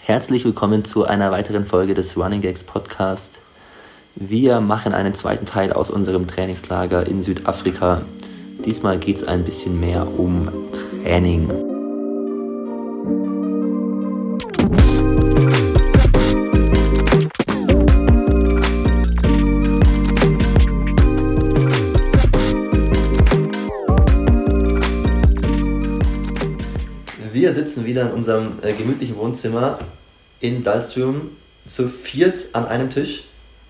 Herzlich willkommen zu einer weiteren Folge des Running Gags Podcast. Wir machen einen zweiten Teil aus unserem Trainingslager in Südafrika. Diesmal geht es ein bisschen mehr um Training. Wir sitzen wieder in unserem gemütlichen Wohnzimmer in Dallstrom zu viert an einem Tisch.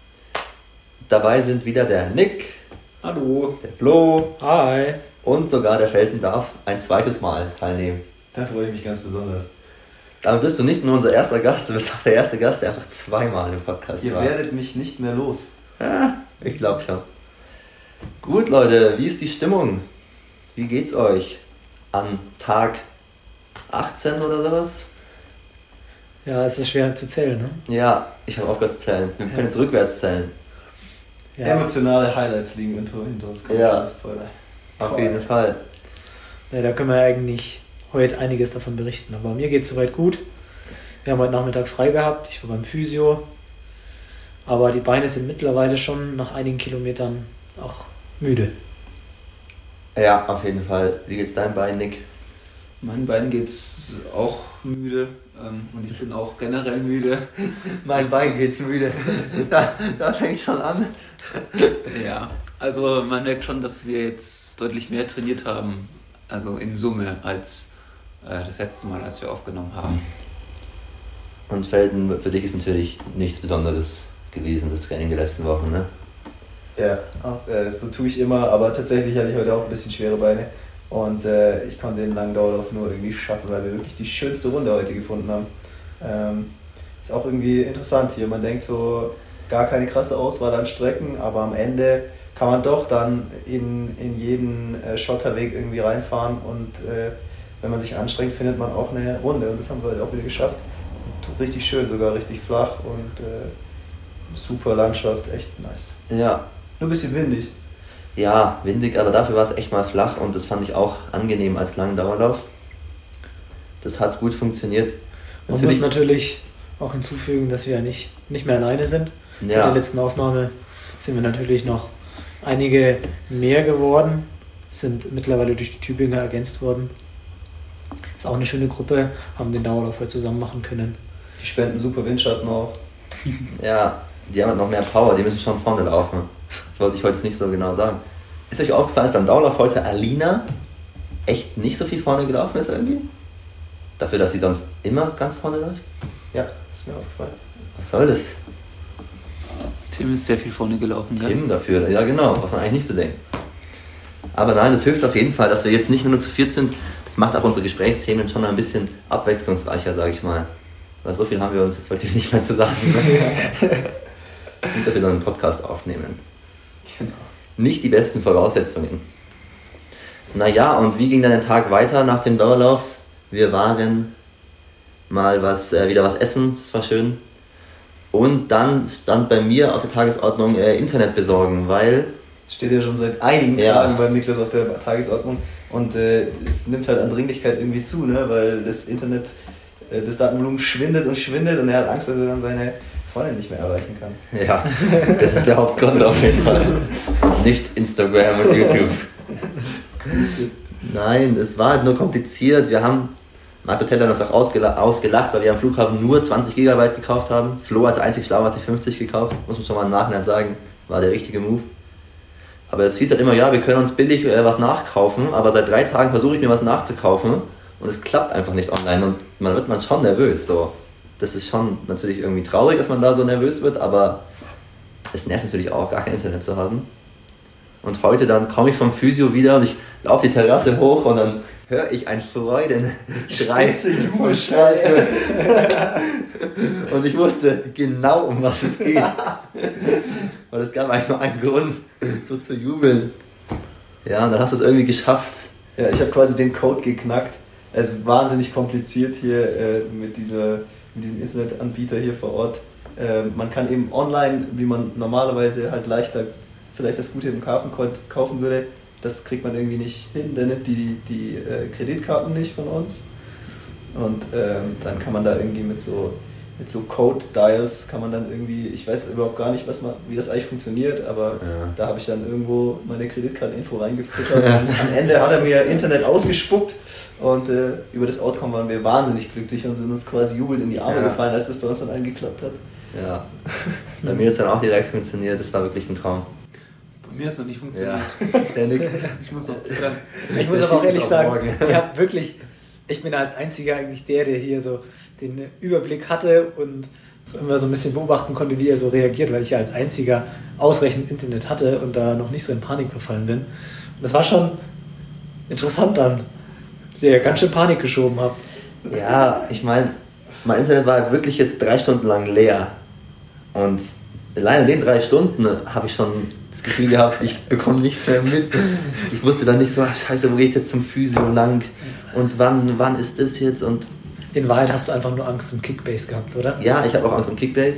Dabei sind wieder der Nick, hallo, der Flo, hi, und sogar der Felten darf ein zweites Mal teilnehmen. Da freue ich mich ganz besonders. Damit bist du nicht nur unser erster Gast, du bist auch der erste Gast, der einfach zweimal im Podcast war. Ihr werdet mich nicht mehr los. Ja, ich glaube schon. Gut, Leute, wie ist die Stimmung? Wie geht's euch an Tag 18 oder sowas? Ja, es ist schwer zu zählen, ne? Ja, ich habe aufgehört zu zählen. Wir können jetzt rückwärts zählen. Ja. Emotionale Highlights liegen hinter uns. Ja, auf jeden Fall. Ja, da können wir eigentlich heute einiges davon berichten. Aber mir geht es soweit gut. Wir haben heute Nachmittag frei gehabt. Ich war beim Physio. Aber die Beine sind mittlerweile schon nach einigen Kilometern auch müde. Ja, auf jeden Fall. Wie geht's deinem Bein, Nick? Meinen Beinen geht's auch müde und ich bin auch generell müde. Mein Bein geht's müde. Da fängt schon an. Ja, also man merkt schon, dass wir jetzt deutlich mehr trainiert haben, also in Summe, als das letzte Mal, als wir aufgenommen haben. Und Felden, für dich ist natürlich nichts Besonderes gewesen, das Training der letzten Wochen, ne? Ja, so tue ich immer, aber tatsächlich hatte ich heute auch ein bisschen schwere Beine. Und ich konnte den langen Dauerlauf nur irgendwie schaffen, weil wir wirklich die schönste Runde heute gefunden haben. Ist auch irgendwie interessant hier. Man denkt so, gar keine krasse Auswahl an Strecken, aber am Ende kann man doch dann in jeden Schotterweg irgendwie reinfahren und wenn man sich anstrengt, findet man auch eine Runde. Und das haben wir heute auch wieder geschafft. Richtig schön, sogar richtig flach und super Landschaft, echt nice. Ja. Nur ein bisschen windig. Ja, windig, aber dafür war es echt mal flach und das fand ich auch angenehm als langen Dauerlauf. Das hat gut funktioniert. Man muss natürlich auch hinzufügen, dass wir nicht mehr alleine sind. Ja. Seit der letzten Aufnahme sind wir natürlich noch einige mehr geworden, sind mittlerweile durch die Tübinger ergänzt worden. Ist auch eine schöne Gruppe, haben den Dauerlauf heute zusammen machen können. Die spenden super Windschatten auch. Ja, die haben halt noch mehr Power, die müssen schon vorne laufen. Das wollte ich heute nicht so genau sagen. Ist euch aufgefallen, dass beim Dauerlauf heute Alina echt nicht so viel vorne gelaufen ist irgendwie? Dafür, dass sie sonst immer ganz vorne läuft? Ja, ist mir aufgefallen. Was soll das? Tim ist sehr viel vorne gelaufen, ja? Tim dafür, ja genau, was man eigentlich nicht so denkt. Aber nein, das hilft auf jeden Fall, dass wir jetzt nicht nur zu viert sind. Das macht auch unsere Gesprächsthemen schon ein bisschen abwechslungsreicher, sage ich mal. Weil so viel haben wir uns jetzt wirklich nicht mehr zu sagen. Und dass wir dann einen Podcast aufnehmen. Genau. Nicht die besten Voraussetzungen. Naja, und wie ging dann der Tag weiter nach dem Dauerlauf? Wir waren mal wieder was essen, das war schön. Und dann stand bei mir auf der Tagesordnung Internet besorgen, weil... Das steht ja schon seit einigen Tagen beim Niklas auf der Tagesordnung. Und es nimmt halt an Dringlichkeit irgendwie zu, ne? Weil das Internet, das Datenvolumen schwindet und er hat Angst, dass er dann seine Freundin nicht mehr erreichen kann. Ja, das ist der Hauptgrund auf jeden Fall. Nicht Instagram und YouTube. Nein, es war halt nur kompliziert. Marco Teller hat uns auch ausgelacht, weil wir am Flughafen nur 20 GB gekauft haben. Flo als einzig schlau hat sich 50 gekauft. Muss man schon mal im Nachhinein sagen, war der richtige Move. Aber es hieß halt immer, ja, wir können uns billig was nachkaufen, aber seit 3 Tagen versuche ich mir was nachzukaufen und es klappt einfach nicht online und man wird schon nervös. So. Das ist schon natürlich irgendwie traurig, dass man da so nervös wird, aber es nervt natürlich auch, gar kein Internet zu haben. Und heute dann komme ich vom Physio wieder und ich laufe die Terrasse hoch und dann höre ich ein Freudenschrei. Und ich wusste genau, um was es geht. Weil es gab einfach einen Grund, so zu jubeln. Ja, und dann hast du es irgendwie geschafft. Ja, ich habe quasi den Code geknackt. Es ist wahnsinnig kompliziert hier mit diesem Internetanbieter hier vor Ort. Man kann eben online, wie man normalerweise halt leichter vielleicht das Gute im Hafen kaufen würde, das kriegt man irgendwie nicht hin. Der nimmt die Kreditkarten nicht von uns. Und dann kann man da irgendwie mit so Code-Dials kann man dann irgendwie, ich weiß überhaupt gar nicht, wie das eigentlich funktioniert, aber da habe ich dann irgendwo meine Kreditkarteninfo reingefüttert und am Ende hat er mir Internet ausgespuckt und über das Outcome waren wir wahnsinnig glücklich und sind uns quasi jubelnd in die Arme gefallen, als das bei uns dann angeklappt hat. Ja, bei mir ist dann auch direkt funktioniert, das war wirklich ein Traum. Bei mir ist es noch nicht funktioniert. Ja. Ich muss noch zittern. Ich muss aber auch ehrlich sagen, ihr habt wirklich, ich bin als einziger eigentlich der hier so den Überblick hatte und so immer so ein bisschen beobachten konnte, wie er so reagiert, weil ich ja als einziger ausreichend Internet hatte und da noch nicht so in Panik verfallen bin. Und das war schon interessant dann, wie ihr ganz schön Panik geschoben habt. Ja, ich meine, mein Internet war wirklich jetzt 3 Stunden lang leer. Und allein in den 3 Stunden habe ich schon das Gefühl gehabt, ich bekomme nichts mehr mit. Ich wusste dann nicht so, scheiße, wo gehe ich jetzt zum Physio lang? Und wann ist das jetzt? Und in Wahrheit hast du einfach nur Angst um Kickbase gehabt, oder? ja, ich habe auch Angst um Kickbase.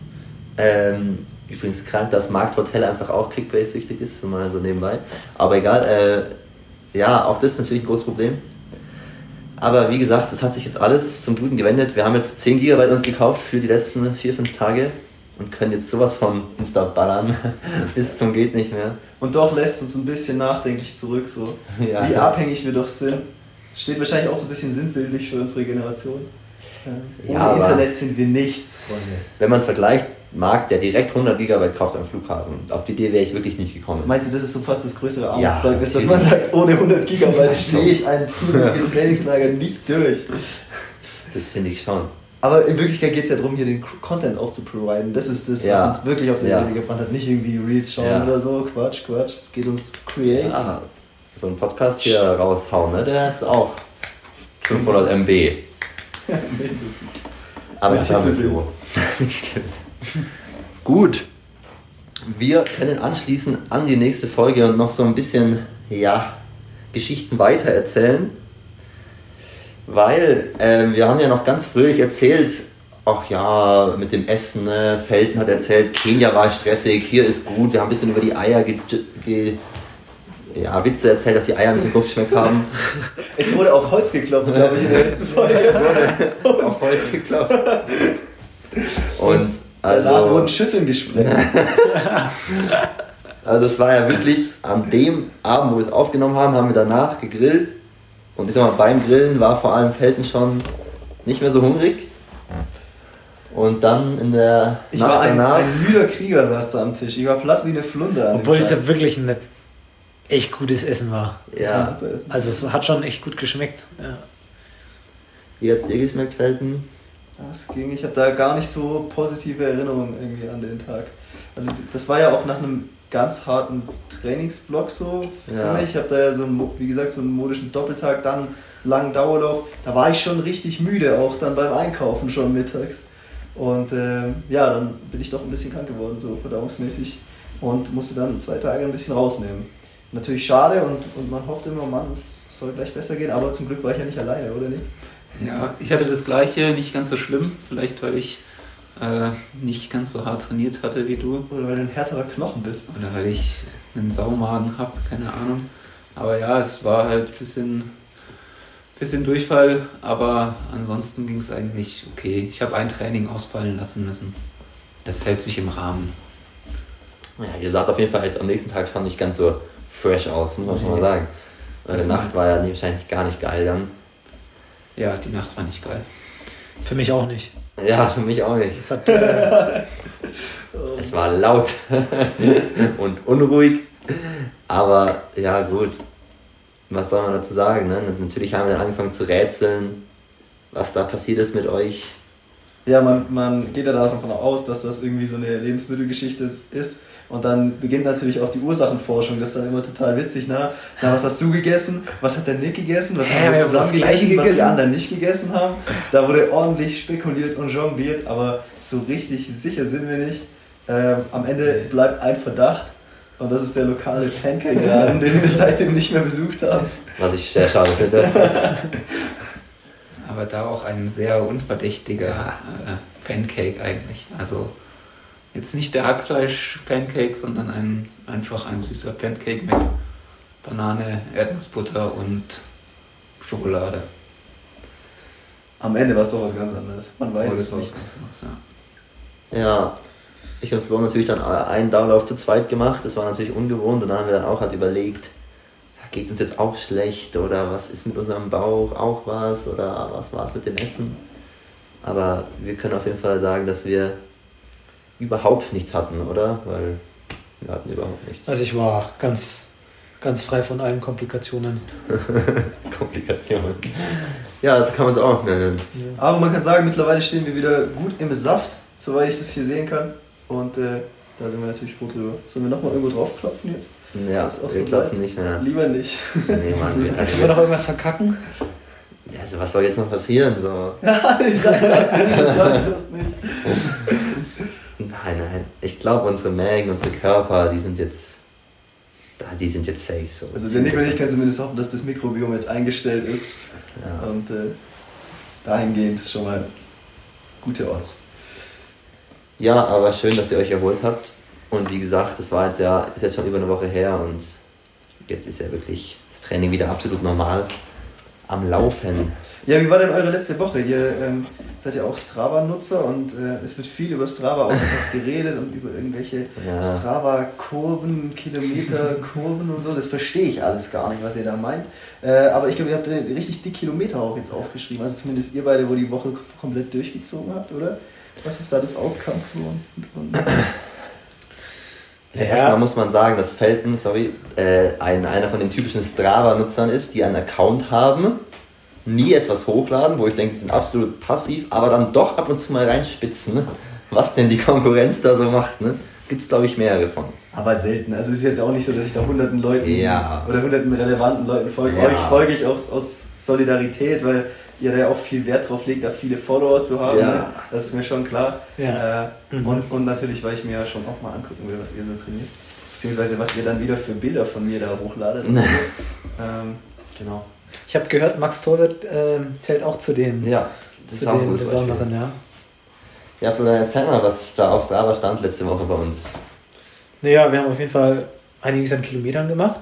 Übrigens krank, dass Markt Hotel einfach auch Kickbase-süchtig ist, mal so nebenbei. Aber egal, ja, auch das ist natürlich ein großes Problem. Aber wie gesagt, das hat sich jetzt alles zum Guten gewendet. Wir haben jetzt 10 GB uns gekauft für die letzten 4-5 Tage und können jetzt sowas von Insta ballern bis zum geht nicht mehr. Und doch lässt uns ein bisschen nachdenklich zurück, so Ja. wie abhängig wir doch sind. Steht wahrscheinlich auch so ein bisschen sinnbildlich für unsere Generation. Ohne aber Internet sind wir nichts, Freunde. wenn man es vergleicht, Marc, der direkt 100 GB kauft am Flughafen. Auf die Idee wäre ich wirklich nicht gekommen. Meinst du, das ist so fast das größere Ja, Armutszeugnis, dass man sagt, ohne 100 GB stehe ich ein vernünftiges Trainingslager nicht durch? Das finde ich schon. Aber in Wirklichkeit geht es ja darum, hier den Content auch zu providen. Das ist das, was uns wirklich auf der Seele gebrannt hat. Nicht irgendwie Reels schauen oder so. Quatsch. Es geht ums Create. Ja, so ein Podcast hier raushauen, ne? Der ist auch 500 MB. Mindestens. Aber Mit das haben wir Titelbild. für. Gut. Wir können anschließen an die nächste Folge und noch so ein bisschen, Geschichten weiter erzählen. Weil wir haben ja noch ganz fröhlich erzählt, ach ja, mit dem Essen, ne? Felten hat erzählt, Kenia war stressig, hier ist gut. Wir haben ein bisschen über die Eier Witze erzählt, dass die Eier ein bisschen gut geschmeckt haben. Es wurde auf Holz geklopft, glaube ich, in der letzten Folge. Auf Holz geklopft. Und Danach wurden Schüsseln gesprengt. Also es war ja wirklich an dem Abend, wo wir es aufgenommen haben, haben wir danach gegrillt. Und ich sag mal, beim Grillen war vor allem Felten schon nicht mehr so hungrig. Und dann in der Nacht danach... ein müder Krieger saß da am Tisch. Ich war platt wie eine Flunder. Obwohl es ja wirklich ein echt gutes Essen war. Das war ein super Essen. Also es hat schon echt gut geschmeckt. Ja. Wie hat es dir geschmeckt, Felten? Das ging. Ich habe da gar nicht so positive Erinnerungen irgendwie an den Tag. Also das war ja auch nach einem ganz harten Trainingsblock so für mich. Ich habe da ja so einen modischen Doppeltag, dann einen langen Dauerlauf. Da war ich schon richtig müde, auch dann beim Einkaufen schon mittags. Und dann bin ich doch ein bisschen krank geworden, so verdauungsmäßig. Und musste dann 2 Tage ein bisschen rausnehmen. Natürlich schade und man hofft immer, Mann, es soll gleich besser gehen. Aber zum Glück war ich ja nicht alleine, oder nicht? Ja, ich hatte das Gleiche, nicht ganz so schlimm. Vielleicht, weil ich nicht ganz so hart trainiert hatte wie du. Oder weil du ein härterer Knochen bist. Oder weil ich einen Saumagen habe, keine Ahnung. Aber ja, es war halt ein bisschen Durchfall, aber ansonsten ging es eigentlich okay. Ich habe ein Training ausfallen lassen müssen. Das hält sich im Rahmen. Ja, ihr saht auf jeden Fall jetzt am nächsten Tag schon nicht ganz so fresh aus, muss man schon mal sagen. Weil die Nacht war ja wahrscheinlich gar nicht geil dann. Ja, die Nacht war nicht geil. Für mich auch nicht. Ja, für mich auch nicht. Es hat, Es war laut und unruhig. Aber ja, gut. Was soll man dazu sagen? Ne? Natürlich haben wir dann angefangen zu rätseln, was da passiert ist mit euch. Ja, man geht ja davon aus, dass das irgendwie so eine Lebensmittelgeschichte ist. Und dann beginnt natürlich auch die Ursachenforschung. Das ist dann immer total witzig. Na, was hast du gegessen? Was hat der Nick gegessen? Was haben wir zusammen gegessen, was die anderen nicht gegessen haben? Da wurde ordentlich spekuliert und jongliert, aber so richtig sicher sind wir nicht. Am Ende bleibt ein Verdacht. Und das ist der lokale Pancake-Laden, den wir seitdem nicht mehr besucht haben. Was ich sehr schade finde. Aber da auch ein sehr unverdächtiger Pancake eigentlich. Also jetzt nicht der Hackfleisch-Pancake, sondern einfach ein süßer Pancake mit Banane, Erdnussbutter und Schokolade. am Ende war es doch was ganz anderes. Man weiß Oh, es das war nicht. was ganz anderes, ja. Ja, ich und Flo haben natürlich dann einen Downlauf zu zweit gemacht. Das war natürlich ungewohnt und dann haben wir dann auch halt überlegt, geht es uns jetzt auch schlecht oder was ist mit unserem Bauch, auch was oder was war es mit dem Essen. Aber wir können auf jeden Fall sagen, dass wir überhaupt nichts hatten, oder? Weil wir hatten überhaupt nichts. Also ich war ganz frei von allen Komplikationen. Komplikationen. Ja, so kann man es auch nennen. Aber man kann sagen, mittlerweile stehen wir wieder gut im Saft, soweit ich das hier sehen kann. Und da sind wir natürlich froh drüber. Sollen wir nochmal irgendwo draufklopfen jetzt? Ja, Das ist auch wir so klopfen weit. nicht mehr. Lieber nicht. Nee, Mann. Können wir noch irgendwas verkacken? Ja, also was soll jetzt noch passieren? So. Ich sag das nicht. Nein. Ich glaube, unsere Mägen, unsere Körper, die sind jetzt safe. So. Also wenn nicht, ich kann zumindest hoffen, dass das Mikrobiom jetzt eingestellt ist. Ja. Und dahingehend ist schon mal gute Odds. Ja, aber schön, dass ihr euch erholt habt. Und wie gesagt, das war ist jetzt schon über eine Woche her und jetzt ist ja wirklich das Training wieder absolut normal am Laufen. Ja, wie war denn eure letzte Woche? Ihr seid ja auch Strava-Nutzer und es wird viel über Strava auch einfach geredet und über irgendwelche Strava-Kurven, Kilometer-Kurven und so. Das verstehe ich alles gar nicht, was ihr da meint. Aber ich glaube, ihr habt richtig die Kilometer auch jetzt aufgeschrieben. Also zumindest ihr beide, wo die Woche komplett durchgezogen habt, oder? Was ist da das Outcome von? Ja. Erstmal muss man sagen, dass Felten, einer von den typischen Strava-Nutzern ist, die einen Account haben, nie etwas hochladen, wo ich denke, die sind absolut passiv, aber dann doch ab und zu mal reinspitzen, ne? Was denn die Konkurrenz da so macht. Ne? Gibt es, glaube ich, mehrere von. Aber selten. Also es ist jetzt auch nicht so, dass ich da hunderten Leuten oder hunderten relevanten Leuten folge. Ja. Euch folge ich aus Solidarität, weil ihr da ja auch viel Wert drauf legt, da viele Follower zu haben. Ja. Ne? Das ist mir schon klar. Ja. Und natürlich, weil ich mir ja schon auch mal angucken will, was ihr so trainiert. Beziehungsweise was ihr dann wieder für Bilder von mir da hochladet. Genau. Ich habe gehört, Max Torwart zählt auch zu den, Ja, das zu ist auch ein den gutes Besonderen. Beispiel. Ja. Ja, Florian, erzähl mal, was da auf Strava stand letzte Woche bei uns. Naja, wir haben auf jeden Fall einiges an Kilometern gemacht.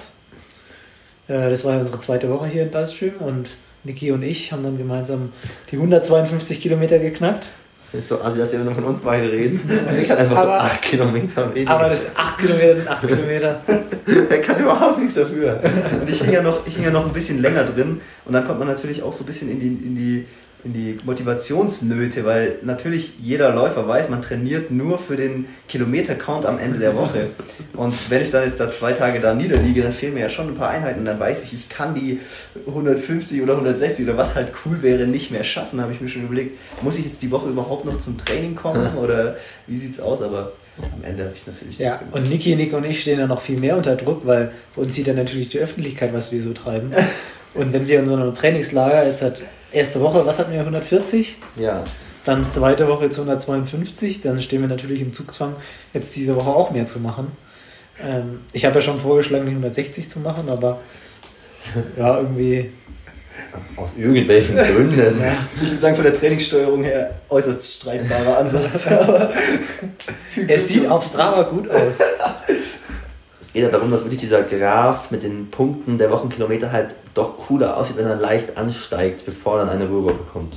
Das war ja unsere zweite Woche hier in Dustream und Niki und ich haben dann gemeinsam die 152 Kilometer geknackt. Ist so assi, dass wir nur von uns beide reden. Ich kann einfach so 8 Kilometer weniger. Aber das 8 Kilometer sind 8 Kilometer. Er kann überhaupt nichts dafür. Und ich hing ja noch ein bisschen länger drin und dann kommt man natürlich auch so ein bisschen in die Motivationsnöte, weil natürlich jeder Läufer weiß, man trainiert nur für den Kilometer-Count am Ende der Woche. Und wenn ich dann jetzt da 2 Tage da niederliege, dann fehlen mir ja schon ein paar Einheiten und dann weiß ich kann die 150 oder 160 oder was halt cool wäre, nicht mehr schaffen. Da habe ich mir schon überlegt, muss ich jetzt die Woche überhaupt noch zum Training kommen oder wie sieht's aus? Aber am Ende habe ich es natürlich Ja, nicht und Niki und ich stehen ja noch viel mehr unter Druck, weil bei uns sieht ja natürlich die Öffentlichkeit, was wir so treiben. Und wenn wir in so einem Trainingslager, jetzt hat erste Woche, was hatten wir, 140? Ja. Dann zweite Woche jetzt 152, dann stehen wir natürlich im Zugzwang, jetzt diese Woche auch mehr zu machen. Ich habe ja schon vorgeschlagen, die 160 zu machen, aber ja, irgendwie... Aus irgendwelchen Gründen. Ja. Ich würde sagen, von der Trainingssteuerung her äußerst streitbarer Ansatz. Aber Es sieht auf Strava gut aus. Es geht ja darum, dass wirklich dieser Graph mit den Punkten der Wochenkilometer halt doch cooler aussieht, wenn er leicht ansteigt, bevor dann eine Ruhewoche kommt.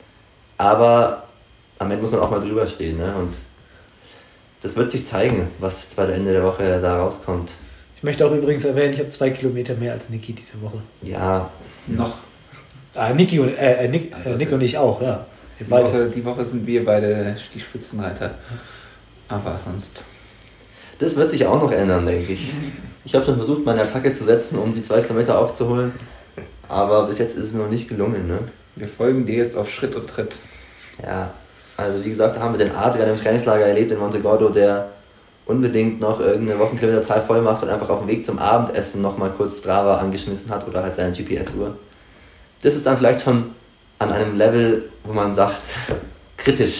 Aber am Ende muss man auch mal drüber stehen. Ne? Und das wird sich zeigen, was bei der Ende der Woche da rauskommt. Ich möchte auch übrigens erwähnen, ich habe 2 Kilometer mehr als Niki diese Woche. Ja, Noch. Nick und ich auch, ja. Wir beide. Die Woche sind wir beide die Spitzenreiter. Aber sonst. das wird sich auch noch ändern, denke ich. Ich habe schon versucht, meine Attacke zu setzen, um die 2 Kilometer aufzuholen. Aber bis jetzt ist es mir noch nicht gelungen. Ne? Wir folgen dir jetzt auf Schritt und Tritt. Ja, also wie gesagt, da haben wir den Adrian im Trainingslager erlebt in Montegordo, der unbedingt noch irgendeine Wochenkilometerzahl voll macht und einfach auf dem Weg zum Abendessen nochmal kurz Strava angeschmissen hat oder halt seine GPS-Uhr. Das ist dann vielleicht schon an einem Level, wo man sagt, kritisch.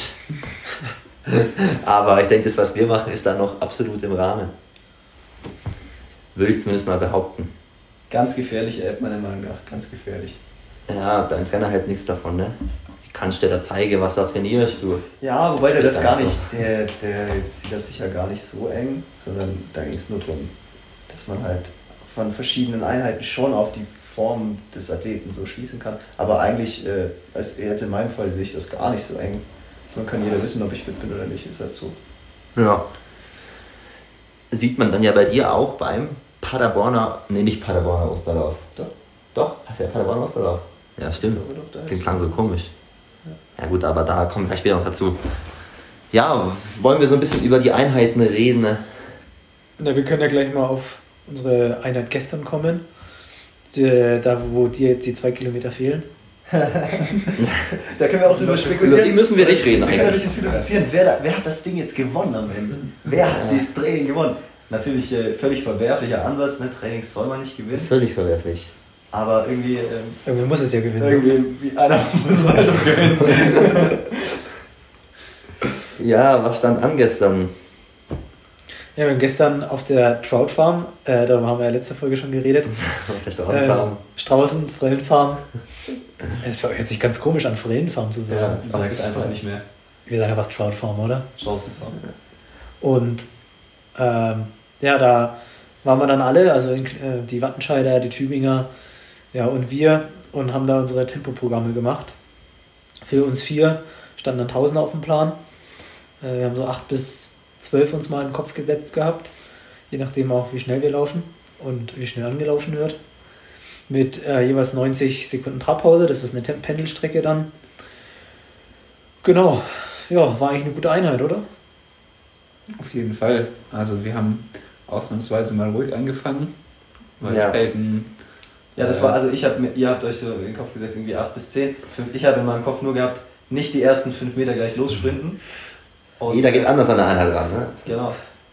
Aber ich denke, das, was wir machen, ist dann noch absolut im Rahmen. Würde ich zumindest mal behaupten. ganz gefährliche App, meiner Meinung nach. Ganz gefährlich. Ja, dein Trainer hält nichts davon, ne? Kannst dir da zeigen, was da trainierst du. Ja, wobei der das Ist gar einfach nicht, der sieht das sicher gar nicht so eng, sondern da ging es nur darum, dass man halt von verschiedenen Einheiten schon auf die Form des Athleten so schließen kann. Aber eigentlich, jetzt in meinem Fall sehe ich das gar nicht so eng. Man kann jeder wissen, ob ich fit bin oder nicht, ist halt so. Ja. Sieht man dann ja bei dir auch beim nicht Paderborner Osterlauf. Doch, hat der Paderborner Osterlauf. Ja, stimmt. Den klang so komisch. Ja gut, aber da kommen wir vielleicht später noch dazu. Ja, wollen wir so ein bisschen über die Einheiten reden? Na, wir können ja gleich mal auf unsere Einheit gestern kommen. Da, wo dir jetzt die 2 Kilometer fehlen. Da können wir auch drüber spekulieren. Über die müssen wir nicht reden Wir können ein eigentlich. bisschen philosophieren. Wer hat das Ding jetzt gewonnen am Ende? Wer hat dieses Training gewonnen? Natürlich völlig verwerflicher Ansatz. Ne? Trainings soll man nicht gewinnen. Völlig verwerflich. Aber irgendwie... Irgendwie muss es ja gewinnen. Irgendwie einer muss es halt auch gewinnen. Ja, was stand an gestern? Ja, wir haben gestern auf der Trout Farm, darüber haben wir ja letzte Folge schon geredet. Straußen, Forellenfarm. Es hört sich ganz komisch an, Forellenfarm zu sagen. Ja, sag es einfach nicht mehr. Wir sagen einfach Trout Farm, oder? Straußenfarm. Und da waren wir dann alle, also die Wattenscheider, die Tübinger, ja, und wir, und haben da unsere Tempoprogramme gemacht. Für uns 4 standen dann Tausender auf dem Plan. Wir haben so 8 bis 12 uns mal im Kopf gesetzt gehabt, je nachdem auch, wie schnell wir laufen und wie schnell angelaufen wird. Mit jeweils 90 Sekunden Trabpause, das ist eine Pendelstrecke dann. Genau, ja, war eigentlich eine gute Einheit, oder? Auf jeden Fall. Also wir haben ausnahmsweise mal ruhig angefangen, weil Ja. Felden... Ja, das war, also ihr habt euch so in den Kopf gesetzt, irgendwie 8 bis 10. Ich habe in meinem Kopf nur gehabt, nicht die ersten 5 Meter gleich lossprinten. Und, Jeder geht anders an der Einheit ran, ne? Genau.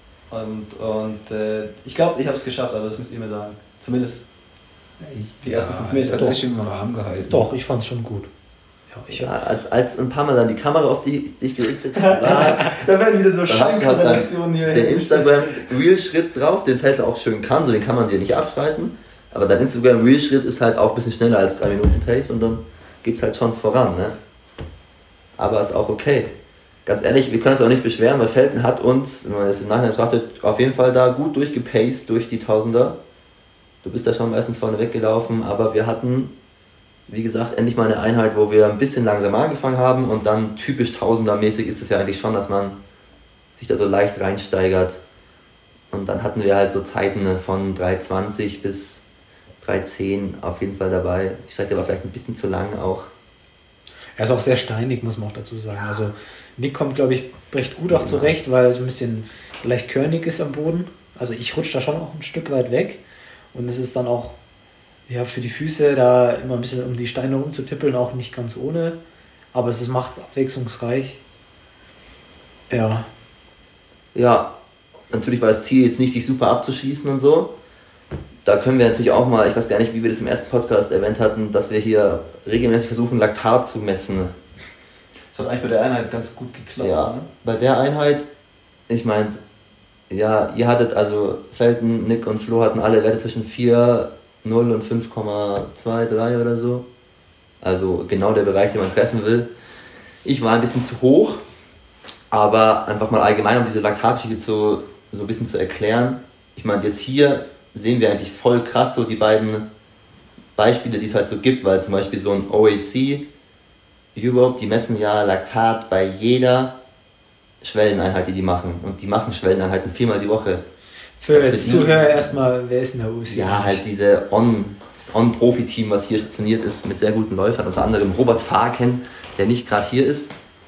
Und ich glaube, ich habe es geschafft, aber das müsst ihr mir sagen. Zumindest die ersten 5 Meter. Es hat Doch. sich im Rahmen gehalten. Doch, ich fand es schon gut. Ja, Als ein paar Mal dann die Kamera auf dich gerichtet war, Da werden wieder so dann hast du halt Scheinkorrelationen hier. den Instagram-Reel-Schritt drauf, den Felder auch schön kann, so den kann man dir nicht abschreiten. Aber dein Instagram-Reel-Schritt ist halt auch ein bisschen schneller als 3 Minuten Pace und dann geht es halt schon voran, ne? Aber ist auch okay. Ganz ehrlich, wir können uns auch nicht beschweren, weil Felden hat uns, wenn man das im Nachhinein betrachtet, auf jeden Fall da gut durchgepaced durch die Tausender. Du bist da schon meistens vorne weggelaufen, aber wir hatten, wie gesagt, endlich mal eine Einheit, wo wir ein bisschen langsamer angefangen haben und dann typisch Tausender-mäßig ist es ja eigentlich schon, dass man sich da so leicht reinsteigert. Und dann hatten wir halt so Zeiten von 3,20 bis 3,10 auf jeden Fall dabei. Die Strecke war vielleicht ein bisschen zu lang auch. Er ist auch sehr steinig, muss man auch dazu sagen. Also Nick kommt, glaube ich, recht gut auch zurecht, weil es ein bisschen leicht körnig ist am Boden. Also ich rutsche da schon auch ein Stück weit weg. Und es ist dann auch für die Füße da immer ein bisschen um die Steine rumzutippeln, auch nicht ganz ohne. Aber es macht es abwechslungsreich. Ja. Ja, natürlich war das Ziel jetzt nicht, sich super abzuschießen und so. Da können wir natürlich auch mal, ich weiß gar nicht, wie wir das im ersten Podcast erwähnt hatten, dass wir hier regelmäßig versuchen, Laktat zu messen. Das hat eigentlich bei der Einheit ganz gut geklappt. Ja, Ne? bei der Einheit, ich meine, ja, ihr hattet, also Felden, Nick und Flo hatten alle Werte zwischen 4,0 und 5,23 oder so. Also genau der Bereich, den man treffen will. Ich war ein bisschen zu hoch, aber einfach mal allgemein, um diese Laktatgeschichte so ein bisschen zu erklären. Ich meine, jetzt hier sehen wir eigentlich voll krass so die beiden Beispiele, die es halt so gibt, weil zum Beispiel so ein OAC Europe, die messen ja Laktat bei jeder Schwelleneinheit, die die machen. Und die machen Schwelleneinheiten 4-mal die Woche. Für Was jetzt für die- Zuhörer erstmal, wer ist denn der UC? Ja, halt das On-Profi-Team, was hier stationiert ist, mit sehr guten Läufern, unter anderem Robert Faken, der nicht gerade hier ist.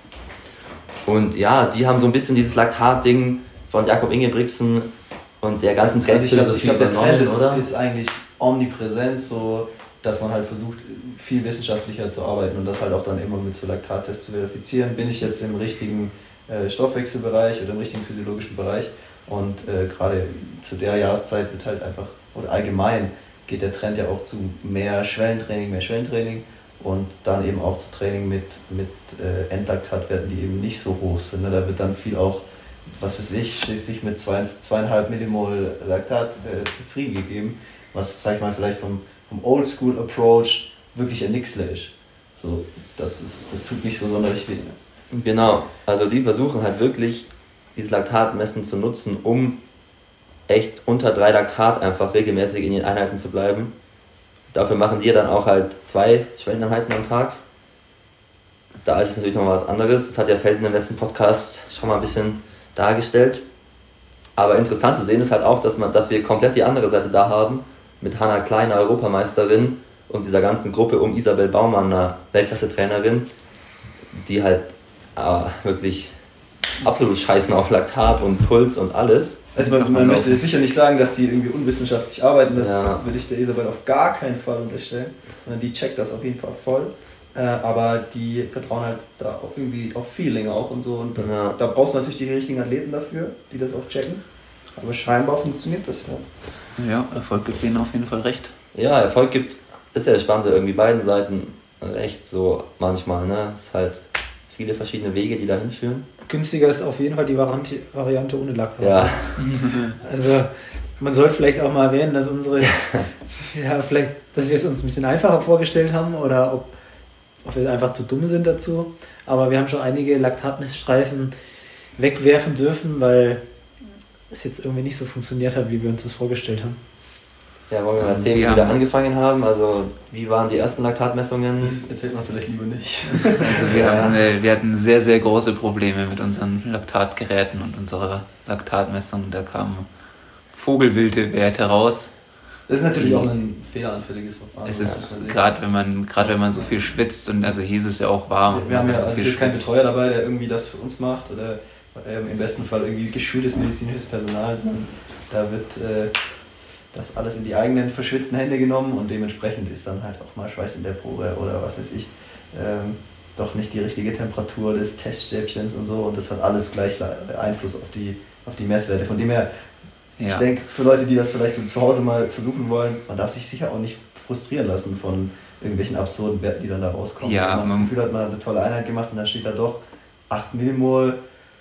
Und ja, die haben so ein bisschen dieses Laktat-Ding von Jakob Ingebrigtsen und der ganzen Also ich Trendphilosophie glaube, der Trend oder? ist eigentlich omnipräsent, so dass man halt versucht, viel wissenschaftlicher zu arbeiten und das halt auch dann immer mit so Laktattests zu verifizieren. Bin ich jetzt im richtigen Stoffwechselbereich oder im richtigen physiologischen Bereich? Und gerade zu der Jahreszeit wird halt einfach, oder allgemein geht der Trend ja auch zu mehr Schwellentraining und dann eben auch zu Training mit Endlaktatwerten, die eben nicht so hoch sind. Ne? Da wird dann viel auch, was weiß ich, schließlich mit 2,5 Millimol Laktat zufrieden gegeben, was, sag ich mal, vielleicht vom Oldschool-Approach wirklich ein Nixler ist. So, das tut nicht so sonderlich weh. Ne? Genau, also die versuchen halt wirklich, dieses Laktatmessen zu nutzen, um echt unter 3 Laktat einfach regelmäßig in den Einheiten zu bleiben. Dafür machen wir dann auch halt 2 Schwelleneinheiten am Tag. Da ist es natürlich noch was anderes. Das hat ja Felden im letzten Podcast schon mal ein bisschen dargestellt. Aber interessant zu sehen ist halt auch, dass wir komplett die andere Seite da haben, mit Hannah Klein, einer Europameisterin, und dieser ganzen Gruppe um Isabel Baumann, einer Weltklasse-Trainerin, die halt wirklich absolut scheißen auf Laktat und Puls und alles. Also man möchte sicher nicht sagen, dass die irgendwie unwissenschaftlich arbeiten, das würde ich der Isabel auf gar keinen Fall unterstellen, sondern die checkt das auf jeden Fall voll. Aber die vertrauen halt da auch irgendwie auf Feeling auch und so. Und da brauchst du natürlich die richtigen Athleten dafür, die das auch checken. Aber scheinbar funktioniert das ja. Ja, Erfolg gibt denen auf jeden Fall recht. Ja, Erfolg gibt, ist ja das Spannende, irgendwie beiden Seiten recht so manchmal. Ne? Es ist halt viele verschiedene Wege, die da hinführen. Günstiger ist auf jeden Fall die Variante ohne Laktat. Ja. Also man sollte vielleicht auch mal erwähnen, dass dass wir es uns ein bisschen einfacher vorgestellt haben oder ob wir einfach zu dumm sind dazu. Aber wir haben schon einige Laktatmessstreifen wegwerfen dürfen, weil es jetzt irgendwie nicht so funktioniert hat, wie wir uns das vorgestellt haben. Ja, wollen wir mal erzählen, wie wir da angefangen haben? Also, wie waren die ersten Laktatmessungen? Das erzählt man vielleicht lieber nicht. Also wir hatten sehr, sehr große Probleme mit unseren Laktatgeräten und unserer Laktatmessung. Da kamen vogelwilde Werte raus. Das ist natürlich auch ein fehleranfälliges Verfahren. Es ist gerade wenn man so viel schwitzt und also hier ist es ja auch warm. Wir haben ja also hier ist kein Betreuer dabei, der irgendwie das für uns macht oder im besten Fall irgendwie geschultes medizinisches Personal, sondern da wird das alles in die eigenen verschwitzten Hände genommen und dementsprechend ist dann halt auch mal Schweiß in der Probe oder was weiß ich, doch nicht die richtige Temperatur des Teststäbchens und so, und das hat alles gleich Einfluss auf die Messwerte. Von dem her, ich denke, für Leute, die das vielleicht so zu Hause mal versuchen wollen, man darf sich sicher auch nicht frustrieren lassen von irgendwelchen absurden Werten, die dann da rauskommen. Ja, wenn man das Gefühl hat, man hat eine tolle Einheit gemacht und dann steht da doch 8 Millimol,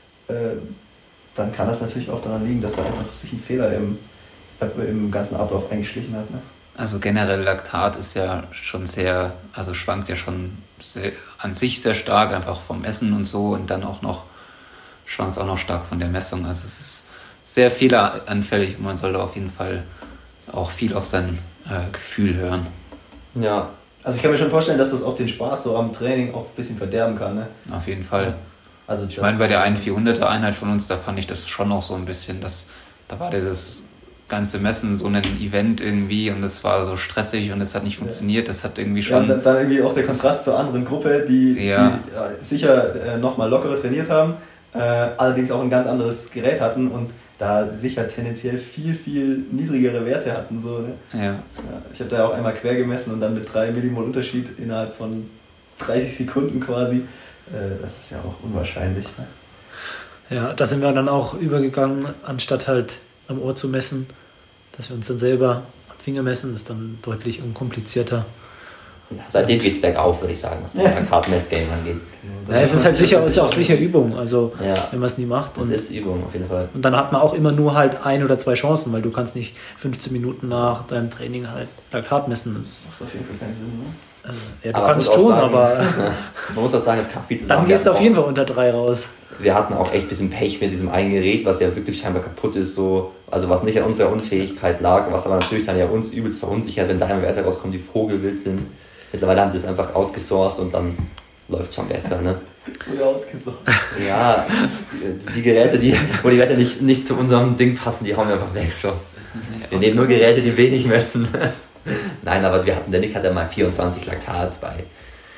dann kann das natürlich auch daran liegen, dass da einfach sich ein Fehler im ganzen Ablauf eingeschlichen hat. Ne? Also generell Laktat ist ja schon schwankt ja schon an sich sehr stark, einfach vom Essen und so, und dann schwankt es auch noch stark von der Messung. Also es ist sehr fehleranfällig und man sollte auf jeden Fall auch viel auf sein Gefühl hören. Ja, also ich kann mir schon vorstellen, dass das auch den Spaß so am Training auch ein bisschen verderben kann. Ne? Auf jeden Fall. Ja. Also ich meine, bei der einen 400er Einheit von uns, da fand ich das schon noch so ein bisschen, da war das ganze Messen so ein Event irgendwie und es war so stressig und es hat nicht funktioniert, das hat irgendwie schon... Ja, dann irgendwie auch der Kontrast zur anderen Gruppe, die sicher nochmal lockerer trainiert haben, allerdings auch ein ganz anderes Gerät hatten und da sicher tendenziell viel, viel niedrigere Werte hatten. So, ne? Ja. Ich habe da auch einmal quer gemessen und dann mit 3 Millimol Unterschied innerhalb von 30 Sekunden quasi. Das ist ja auch unwahrscheinlich. Ne? Ja, da sind wir dann auch übergegangen, anstatt halt am Ohr zu messen, dass wir uns dann selber am Finger messen, ist dann deutlich unkomplizierter. Ja, seitdem geht es bergauf, würde ich sagen, was das Laktatmessgame angeht. Ja, es ist halt sicher Übung, also wenn man es nie macht. Das ist Übung auf jeden Fall. Und dann hat man auch immer nur halt 1 oder 2 Chancen, weil du kannst nicht 15 Minuten nach deinem Training halt Laktat messen. Das macht auf jeden Fall keinen Sinn, ne? Ja, du kannst schon, aber... Man muss auch sagen, es kann viel zusammen. Dann gehst du auf jeden Fall unter 3 raus. Wir hatten auch echt ein bisschen Pech mit diesem einen Gerät, was ja wirklich scheinbar kaputt ist, so, also was nicht an unserer Unfähigkeit lag, was aber natürlich dann ja uns übelst verunsichert, wenn da immer Werte rauskommen, die vogelwild sind. Mittlerweile haben wir das einfach outgesourced und dann läuft schon besser, ne? So outgesourced. Ja, die Geräte, wo die Werte nicht zu unserem Ding passen, die hauen wir einfach weg, so. Wir nehmen nur Geräte, die wenig messen. Nein, aber der Nick hat ja mal 24 Laktat bei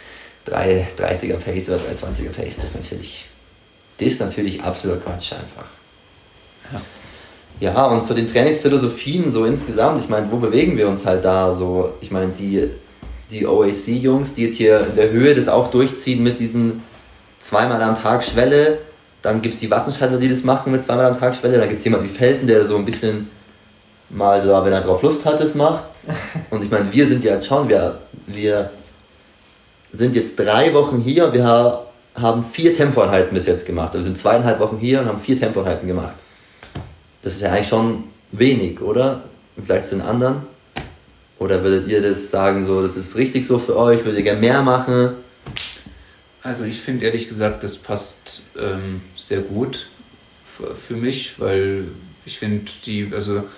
3,30er Pace oder 3,20er Pace. Das ist natürlich absoluter Quatsch einfach. Ja, und zu den Trainingsphilosophien so insgesamt, ich meine, wo bewegen wir uns halt da so? Ich meine, die OAC-Jungs, die jetzt hier in der Höhe das auch durchziehen mit diesen 2-mal am Tag Schwelle, dann gibt es die Wattenscheidler, die das machen mit 2-mal am Tag Schwelle, dann gibt es jemanden wie Felten, der so ein bisschen mal so, wenn er drauf Lust hat, das macht. Und ich meine, wir sind ja, schauen wir sind jetzt 3 Wochen hier und wir haben 4 Tempoeinheiten bis jetzt gemacht. Wir sind 2,5 Wochen hier und haben 4 Tempoeinheiten gemacht. Das ist ja eigentlich schon wenig, oder? Vielleicht zu den anderen? Oder würdet ihr das sagen, so, das ist richtig so für euch? Würdet ihr gerne mehr machen? Also ich finde ehrlich gesagt, das passt sehr gut für mich, weil ich finde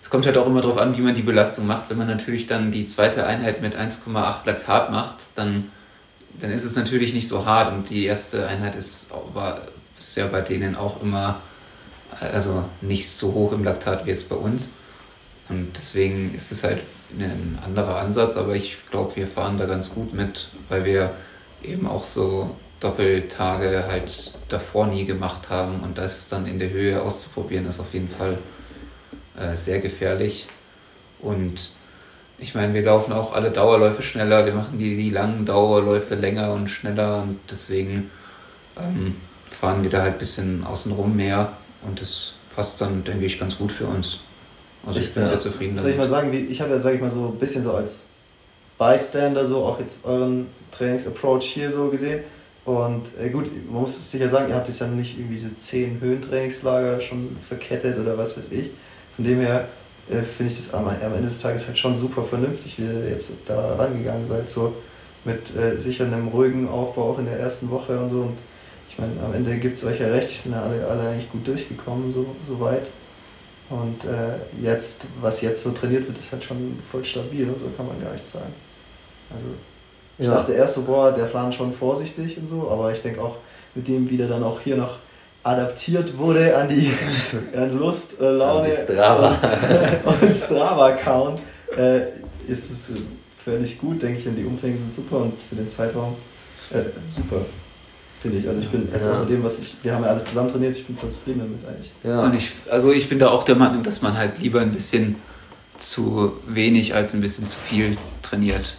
Es kommt halt auch immer darauf an, wie man die Belastung macht. Wenn man natürlich dann die zweite Einheit mit 1,8 Laktat macht, dann ist es natürlich nicht so hart. Und die erste Einheit ist ja bei denen auch immer also nicht so hoch im Laktat wie jetzt bei uns. Und deswegen ist es halt ein anderer Ansatz, aber ich glaube, wir fahren da ganz gut mit, weil wir eben auch so Doppeltage halt davor nie gemacht haben und das dann in der Höhe auszuprobieren, ist auf jeden Fall sehr gefährlich. Und ich meine, wir laufen auch alle Dauerläufe schneller, wir machen die langen Dauerläufe länger und schneller und deswegen fahren wir da halt ein bisschen außenrum mehr und das passt dann, denke ich, ganz gut für uns. Also ich bin sehr zufrieden damit. Soll ich mal sagen, ich habe ja, sage ich mal, so ein bisschen so als Bystander so auch jetzt euren Trainingsapproach hier so gesehen. Und gut, man muss sicher sagen, ihr habt jetzt ja nicht irgendwie diese 10 Höhentrainingslager schon verkettet oder was weiß ich. Von dem her finde ich das am Ende des Tages halt schon super vernünftig, wie ihr jetzt da rangegangen seid, so mit sicher einem ruhigen Aufbau auch in der ersten Woche und so. Und ich meine, am Ende gibt es euch ja recht, sind ja alle eigentlich gut durchgekommen, so weit. Und jetzt, was jetzt so trainiert wird, ist halt schon voll stabil, so kann man gar nicht sagen. Also ich dachte erst so, boah, der Plan schon vorsichtig und so, aber ich denke auch mit dem, wie der dann auch hier noch adaptiert wurde an die Lust, Laune und Strava-Account, ist es völlig gut, denke ich, und die Umfänge sind super und für den Zeitraum super, finde ich. Also ich bin jetzt auch mit dem, wir haben ja alles zusammen trainiert, ich bin voll zufrieden damit eigentlich. Ja. Und ich bin da auch der Meinung, dass man halt lieber ein bisschen zu wenig als ein bisschen zu viel trainiert.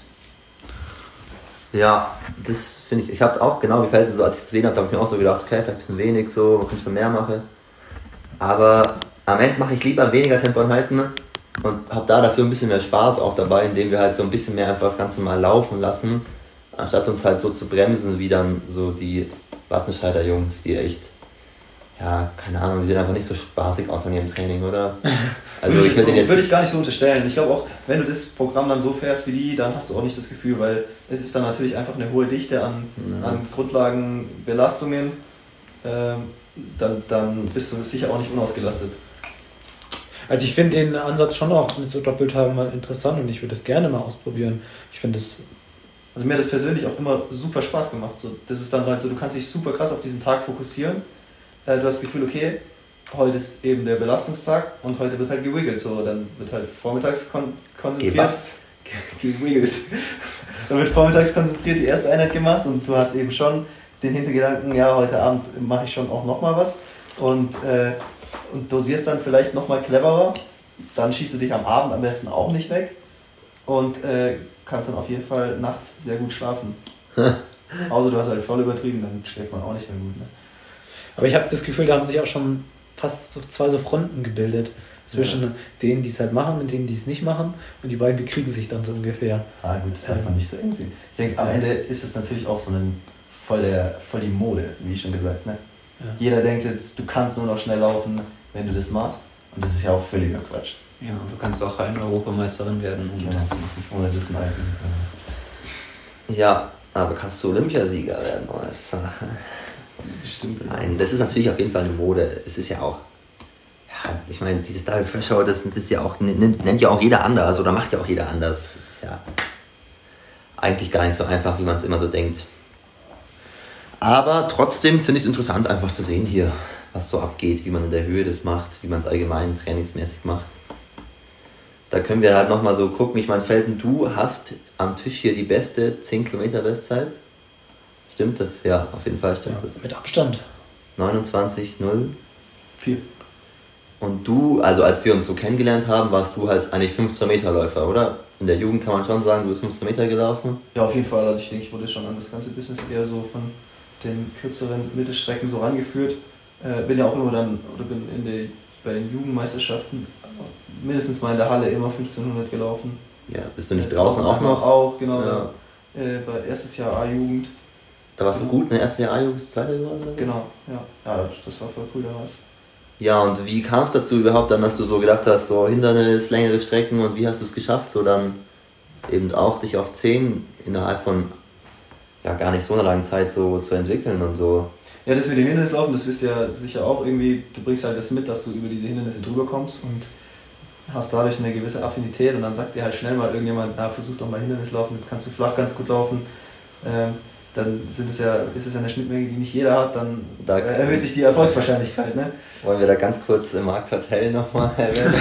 Ja, das finde ich habe auch genau wie Feld, so als ich es gesehen habe, habe ich mir auch so gedacht, okay, vielleicht ein bisschen wenig, so, man kann schon mehr machen. Aber am Ende mache ich lieber weniger Tempoeinheiten und habe da dafür ein bisschen mehr Spaß auch dabei, indem wir halt so ein bisschen mehr einfach ganz normal laufen lassen, anstatt uns halt so zu bremsen wie dann so die Wattenscheider Jungs, die echt, ja, keine Ahnung, die sehen einfach nicht so spaßig aus an ihrem Training, oder? Also würde ich gar nicht so unterstellen. Ich glaube auch, wenn du das Programm dann so fährst wie die, dann hast du auch nicht das Gefühl, weil es ist dann natürlich einfach eine hohe Dichte an Grundlagenbelastungen. Dann bist du sicher auch nicht unausgelastet. Also ich finde den Ansatz schon auch mit so Doppeltagen mal interessant und ich würde das gerne mal ausprobieren. Ich finde das... Also mir hat das persönlich auch immer super Spaß gemacht. So, das ist dann halt so, du kannst dich super krass auf diesen Tag fokussieren. Du hast das Gefühl, okay, heute ist eben der Belastungstag und heute wird halt gewiggelt. So, dann wird halt vormittags konzentriert. Gewiggelt. Dann wird vormittags konzentriert die erste Einheit gemacht und du hast eben schon den Hintergedanken, ja, heute Abend mache ich schon auch nochmal was und dosierst dann vielleicht nochmal cleverer. Dann schießt du dich am Abend am besten auch nicht weg und kannst dann auf jeden Fall nachts sehr gut schlafen. Außer du hast halt voll übertrieben, dann schläft man auch nicht mehr gut. Ne? Aber ich habe das Gefühl, da haben sich auch schon fast so 2 so Fronten gebildet. Zwischen denen, die es halt machen und denen, die es nicht machen. Und die beiden bekriegen sich dann so ungefähr. Ah gut, das darf man nicht so eng sehen. Ich denke, am Ende ist es natürlich auch so voll die Mode, wie schon gesagt. Ne? Ja. Jeder denkt jetzt, du kannst nur noch schnell laufen, wenn du das machst. Und das ist ja auch völliger Quatsch. Ja, und du kannst auch Europameisterin werden, ohne das zu machen. Ohne das ein einziges Mal. Ja, aber kannst du Olympiasieger werden? Bestimmt. Nein, das ist natürlich auf jeden Fall eine Mode. Es ist ja auch, ja, ich meine, dieses Double Threshold, das ist ja auch, nennt ja auch jeder anders oder macht ja auch jeder anders. Das ist ja eigentlich gar nicht so einfach, wie man es immer so denkt. Aber trotzdem finde ich es interessant, einfach zu sehen hier, was so abgeht, wie man in der Höhe das macht, wie man es allgemein trainingsmäßig macht. Da können wir halt nochmal so gucken. Ich meine, Felden, du hast am Tisch hier die beste 10 Kilometer Bestzeit. Stimmt das? Ja, auf jeden Fall stimmt das. Mit Abstand. 29,04. 4. Und du, also als wir uns so kennengelernt haben, warst du halt eigentlich 15 Meter Läufer, oder? In der Jugend kann man schon sagen, du bist 15 Meter gelaufen. Ja, auf jeden Fall. Also ich denke, ich wurde schon an das ganze Business eher so von den kürzeren Mittelstrecken so rangeführt. Bin ja auch immer dann, oder bin bei den Jugendmeisterschaften mindestens mal in der Halle immer 1500 gelaufen. Ja, bist du nicht draußen auch noch? Auch, genau. Ja. Bei erstes Jahr A-Jugend. Da warst du gut, ne? Erstes Jahr A-Jugend, zweiter geworden? Oder so? Genau, ja. Ja, das war voll cool damals. Ja, und wie kam es dazu überhaupt dann, dass du so gedacht hast, so Hindernis, längere Strecken und wie hast du es geschafft, so dann eben auch dich auf 10 innerhalb von ja gar nicht so einer langen Zeit so zu entwickeln und so? Ja, das mit dem Hindernislaufen, das wisst ihr ja sicher auch irgendwie, du bringst halt das mit, dass du über diese Hindernisse drüber kommst und hast dadurch eine gewisse Affinität und dann sagt dir halt schnell mal irgendjemand, versuch doch mal Hindernislaufen, jetzt kannst du flach ganz gut laufen. Dann ist es ja eine Schnittmenge, die nicht jeder hat, dann erhöht sich die Erfolgswahrscheinlichkeit. Ne? Wollen wir da ganz kurz im Markthotel nochmal erwähnen?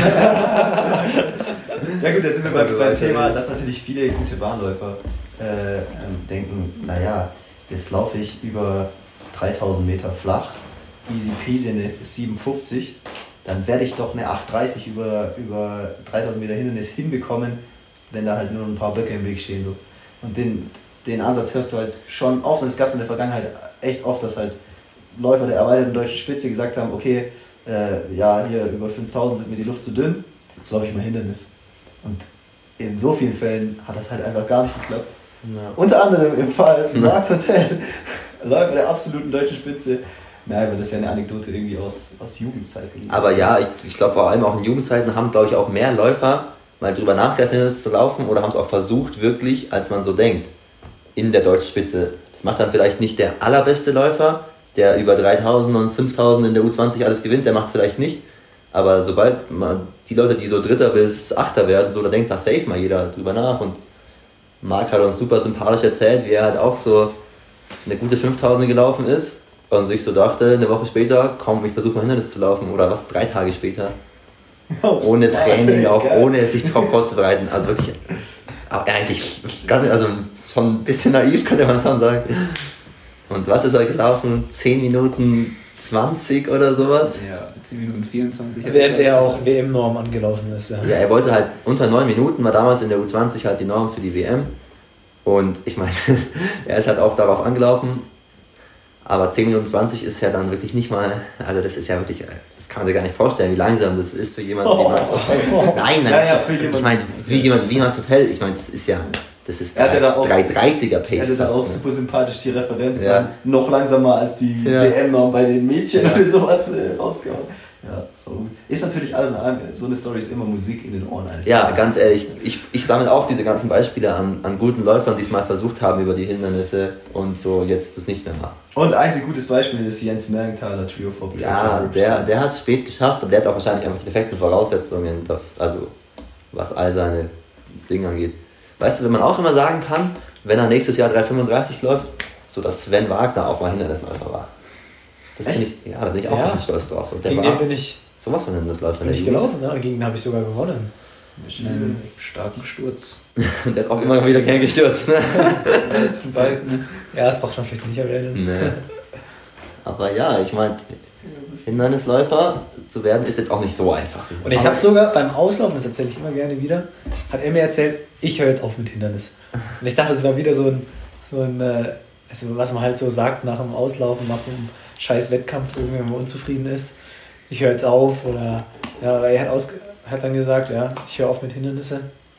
Ja gut, jetzt sind wir beim Thema, dass natürlich viele gute Bahnläufer denken, naja, jetzt laufe ich über 3000 Meter flach, easy peasy eine 57, dann werde ich doch eine 8,30 über 3000 Meter Hindernis hinbekommen, wenn da halt nur ein paar Böcke im Weg stehen. So. Und den Ansatz hörst du halt schon oft, und es gab es in der Vergangenheit echt oft, dass halt Läufer der erweiterten deutschen Spitze gesagt haben, okay, hier über 5000 wird mir die Luft zu dünn, jetzt laufe ich mal Hindernis. Und in so vielen Fällen hat das halt einfach gar nicht geklappt. Ja. Unter anderem im Fall Markthotel, Läufer der absoluten deutschen Spitze. Nein, aber das ist ja eine Anekdote irgendwie aus Jugendzeiten. Aber ja, ich glaube vor allem auch in Jugendzeiten haben, glaube ich, auch mehr Läufer mal drüber nachgedacht, Hindernis zu laufen oder haben es auch versucht, wirklich, als man so denkt. In der deutschen Spitze. Das macht dann vielleicht nicht der allerbeste Läufer, der über 3000 und 5000 in der U20 alles gewinnt, der macht es vielleicht nicht. Aber sobald man die Leute, die so Dritter bis Achter werden, so, da denkt safe mal jeder drüber nach. Und Marc hat uns super sympathisch erzählt, wie er halt auch so eine gute 5000 gelaufen ist und sich so dachte, eine Woche später, komm, ich versuche mal Hindernis zu laufen. Oder 3 Tage später. Ohne Training, auch ohne sich darauf vorzubereiten. Also wirklich, eigentlich schon ein bisschen naiv, könnte man schon sagen. Und was ist er gelaufen? 10 Minuten 20 oder sowas? Ja, 10 Minuten 24. Während er auch WM-Norm angelaufen ist. Ja, er wollte halt unter 9 Minuten, war damals in der U20 halt die Norm für die WM. Und ich meine, er ist halt auch darauf angelaufen. Aber 10 Minuten 20 ist ja dann wirklich nicht mal, also das ist ja wirklich, das kann man sich gar nicht vorstellen, wie langsam das ist für jemanden wie Marc Hotel. Nein, ich meine, wie Marc Hotel, ich meine, das ist 3,30er Pace. Er hatte da auch super sympathisch die Referenz, dann noch langsamer als die WM-Norm bei den Mädchen oder sowas rausgehauen. Ja, so. Ist natürlich alles in allem, so eine Story ist immer Musik in den Ohren. Ja, ganz ehrlich, ich sammle auch diese ganzen Beispiele an guten Läufern, die es mal versucht haben über die Hindernisse und so jetzt das nicht mehr machen. Und einzig gutes Beispiel ist Jens Mergenthaler, Trio for Ja, der hat es spät geschafft, aber der hat auch wahrscheinlich einfach die perfekten Voraussetzungen, also was all seine Dinge angeht. Weißt du, wenn man auch immer sagen kann, wenn er nächstes Jahr 3,35 läuft, so dass Sven Wagner auch mal Hindernisläufer war. Das finde ich, da bin ich auch ein bisschen stolz drauf. So, gegen den bin ich sowas von Hindernisläufer. Bin ich gelaufen, ne? Gegen den habe ich sogar gewonnen. Mit einem starken Sturz. Und der ist auch immer wieder gern gestürzt, ne? Letzten Balken. Ja, das braucht man vielleicht nicht erwähnen. Nee. Aber ja, ich meine, Hindernisläufer zu werden ist jetzt auch nicht so einfach. Und ich habe sogar beim Auslaufen, das erzähle ich immer gerne wieder, hat er mir erzählt, ich höre jetzt auf mit Hindernis. Und ich dachte, es war wieder so ein also was man halt so sagt nach dem Auslaufen, nach so einem scheiß Wettkampf, wenn man unzufrieden ist, ich höre jetzt auf oder er hat dann gesagt, ich höre auf mit Hindernisse.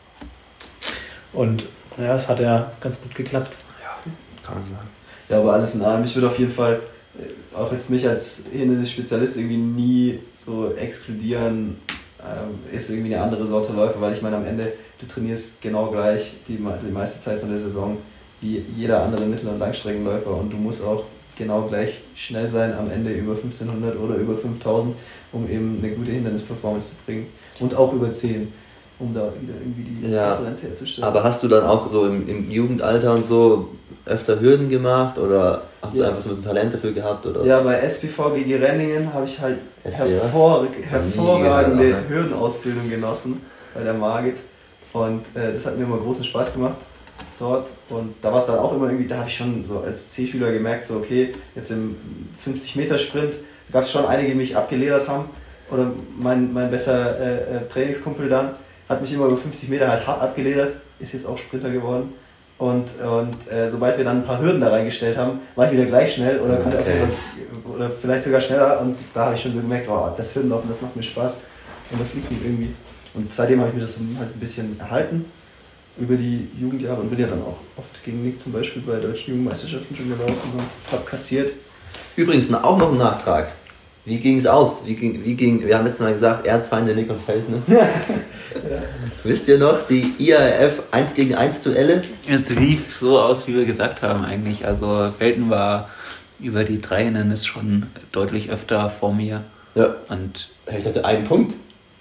Und es hat ja ganz gut geklappt. Ja, kann man sagen. Ja, aber alles in allem, ich würde auf jeden Fall auch jetzt mich als Hindernisspezialist irgendwie nie so exkludieren, ist irgendwie eine andere Sorte Läufer, weil ich meine, am Ende, du trainierst genau gleich die meiste Zeit von der Saison wie jeder andere Mittel- und Langstreckenläufer und du musst auch genau gleich schnell sein am Ende über 1500 oder über 5000, um eben eine gute Hindernisperformance zu bringen und auch über 10, um da wieder irgendwie die Referenz herzustellen. Aber hast du dann auch so im Jugendalter und so öfter Hürden gemacht oder hast du einfach so ein bisschen Talent dafür gehabt? Oder? Ja, bei SPV GG Renningen habe ich halt hervorragende Hürdenausbildung genossen bei der Margit und das hat mir immer großen Spaß gemacht dort und da war es dann auch immer irgendwie, da habe ich schon so als C-Schüler gemerkt, so okay, jetzt im 50-Meter-Sprint gab es schon einige, die mich abgeledert haben oder mein bester Trainingskumpel dann hat mich immer über 50 Meter halt hart abgeledert, ist jetzt auch Sprinter geworden und sobald wir dann ein paar Hürden da reingestellt haben, war ich wieder gleich schnell oder konnte oder vielleicht sogar schneller und da habe ich schon so gemerkt, das Hürdenlaufen, das macht mir Spaß und das liegt mir irgendwie und seitdem habe ich mir das halt ein bisschen erhalten über die Jugendjahre und bin ja dann auch oft gegen Nick zum Beispiel bei deutschen Jugendmeisterschaften schon gelaufen und habe kassiert. Übrigens auch noch ein Nachtrag. Wie ging es aus? Wir haben letztes Mal gesagt, Erzfeinde Nick und Feldner. Ja. Wisst ihr noch, die IAF 1 gegen 1 Duelle? Es lief so aus, wie wir gesagt haben eigentlich. Also Felten war über die 3 Hindernis schon deutlich öfter vor mir. Ja. Und ich dachte, einen Punkt.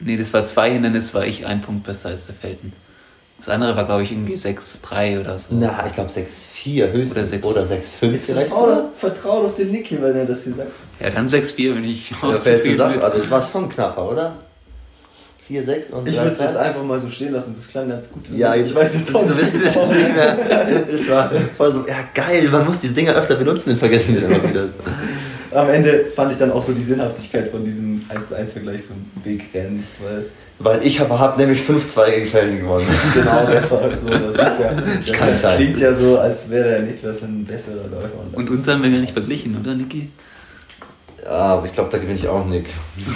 Nee, das war 2 Hindernis, war ich 1 Punkt besser als der Felten. Das andere war, glaube ich, irgendwie 6,3 oder so. Na, ich glaube 6,4 höchstens. Oder 6,5 vielleicht. Vertrau doch dem Niki, wenn er das hier sagt. Ja, dann 6,4, wenn ich Ja, also es war schon knapper, oder? 4, 6 und Ich würde es jetzt einfach mal so stehen lassen, das klang ganz gut. Ja, jetzt weiß ich so wissen wir es jetzt nicht mehr. Es war voll so, ja geil, man muss diese Dinger öfter benutzen, das vergessen wir immer wieder. Am Ende fand ich dann auch so die Sinnhaftigkeit von diesem 1:1-Vergleich so begrenzt, weil ich hab nämlich 5-2 gegen Felden gewonnen. Genau, deshalb so. Das klingt ja so, als wäre der Niklas ein besserer Läufer. Und uns haben wir ja nicht verglichen, oder Niki? Ja, aber ich glaube, da gewinne ich auch Nick.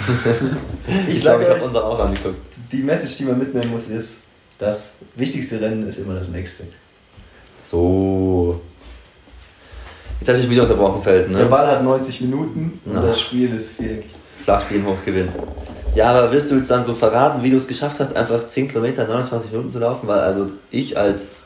Ich glaube, ich euch, habe unseren auch angeguckt. Die Message, die man mitnehmen muss, ist, das wichtigste Rennen ist immer das nächste. So. Jetzt habe ich wieder unterbrochen, Felden, ne? Der Ball hat 90 Minuten und Na. das Spiel ist viereckig. Flachspielen hochgewinnen. Ja, aber willst du jetzt dann so verraten, wie du es geschafft hast, einfach 10 Kilometer in 29 Minuten zu laufen? Weil also ich als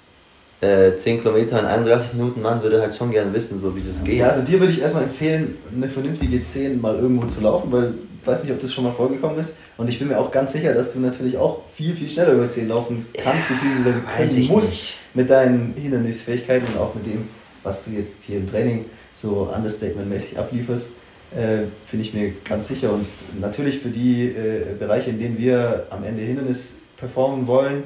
10 Kilometer in 31 Minuten Mann würde halt schon gerne wissen, so wie das geht. Ja, also dir würde ich erstmal empfehlen, eine vernünftige 10 mal irgendwo zu laufen, weil ich weiß nicht, ob das schon mal vorgekommen ist. Und ich bin mir auch ganz sicher, dass du natürlich auch viel, viel schneller über 10 laufen kannst, beziehungsweise können musst mit deinen Hindernisfähigkeiten und auch mit dem, was du jetzt hier im Training so understatement-mäßig ablieferst. Finde ich mir ganz sicher. Und natürlich für die Bereiche, in denen wir am Ende Hindernis performen wollen,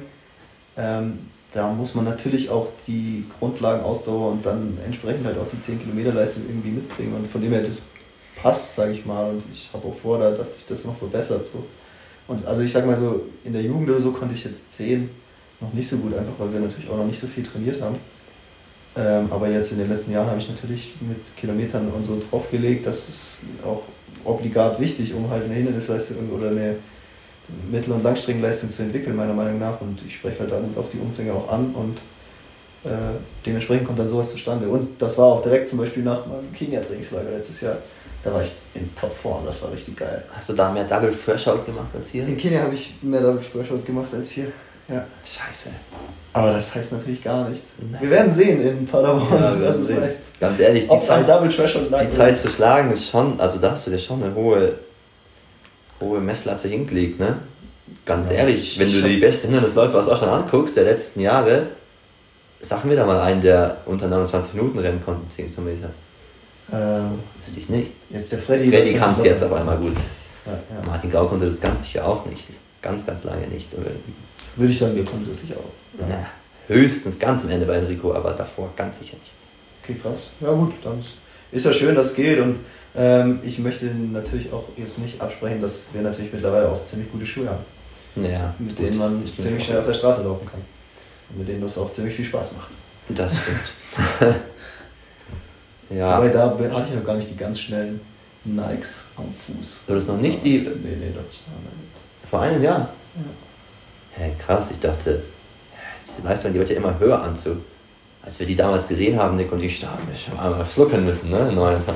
da muss man natürlich auch die Grundlagenausdauer und dann entsprechend halt auch die 10 Kilometer Leistung irgendwie mitbringen. Und von dem her, das passt, sage ich mal. Und ich habe auch vor, dass sich das noch verbessert. So. Und also ich sage mal so, in der Jugend oder so konnte ich jetzt 10 noch nicht so gut, einfach weil wir natürlich auch noch nicht so viel trainiert haben. Aber jetzt in den letzten Jahren habe ich natürlich mit Kilometern und so draufgelegt, das ist auch obligat wichtig, um halt eine Hindernisleistung oder eine Mittel- und Langstreckenleistung zu entwickeln, meiner Meinung nach. Und ich spreche halt dann auf die Umfänge auch an und dementsprechend kommt dann sowas zustande. Und das war auch direkt zum Beispiel nach meinem Kenia-Trainingslager letztes Jahr. Da war ich in Topform, das war richtig geil. Hast du da mehr Double Threshold gemacht als hier? In Kenia habe ich mehr Double Threshold gemacht als hier. Ja. Scheiße. Aber das heißt natürlich gar nichts. Nein. Wir werden sehen in Paderborn, Ja, was es heißt. Ganz ehrlich, Ob es ein Double Threshold lag. die Zeit zu schlagen ist schon, also da hast du dir schon eine hohe Messlatte hingelegt, ne? Ganz ehrlich, wenn du dir die besten Hindernisläufer aus Deutschland anguckst, der letzten Jahre, sag mir da mal einen, der unter 29 Minuten rennen konnte, 10 Kilometer. Wüsste ich nicht. Jetzt der Freddy. Freddy kann es jetzt auf einmal gut. Ja. Martin Gau konnte das ganz sicher auch nicht. Ganz, ganz lange nicht. Oder? Würde ich sagen, wir konnten das sicher auch. Na, höchstens ganz am Ende bei Enrico, aber davor ganz sicher nicht. Okay, krass. Ja gut, dann ist ja schön, dass es geht. Und ich möchte natürlich auch jetzt nicht absprechen, dass wir natürlich mittlerweile auch ziemlich gute Schuhe haben. Ja, Mit gut, denen man das stimmt ziemlich auch. schnell auf der Straße laufen kann. Und mit denen das auch ziemlich viel Spaß macht. Das stimmt. Ja. Aber da hatte ich noch gar nicht die ganz schnellen Nikes am Fuß. Du hattest noch nicht die. Nee, das Vor einem Jahr? Ja. Hä, krass, ich dachte, diese Leistung, die wird ja immer höher anzu. Als wir die damals gesehen haben, Nick und ich, da haben wir schon mal schlucken müssen, ne?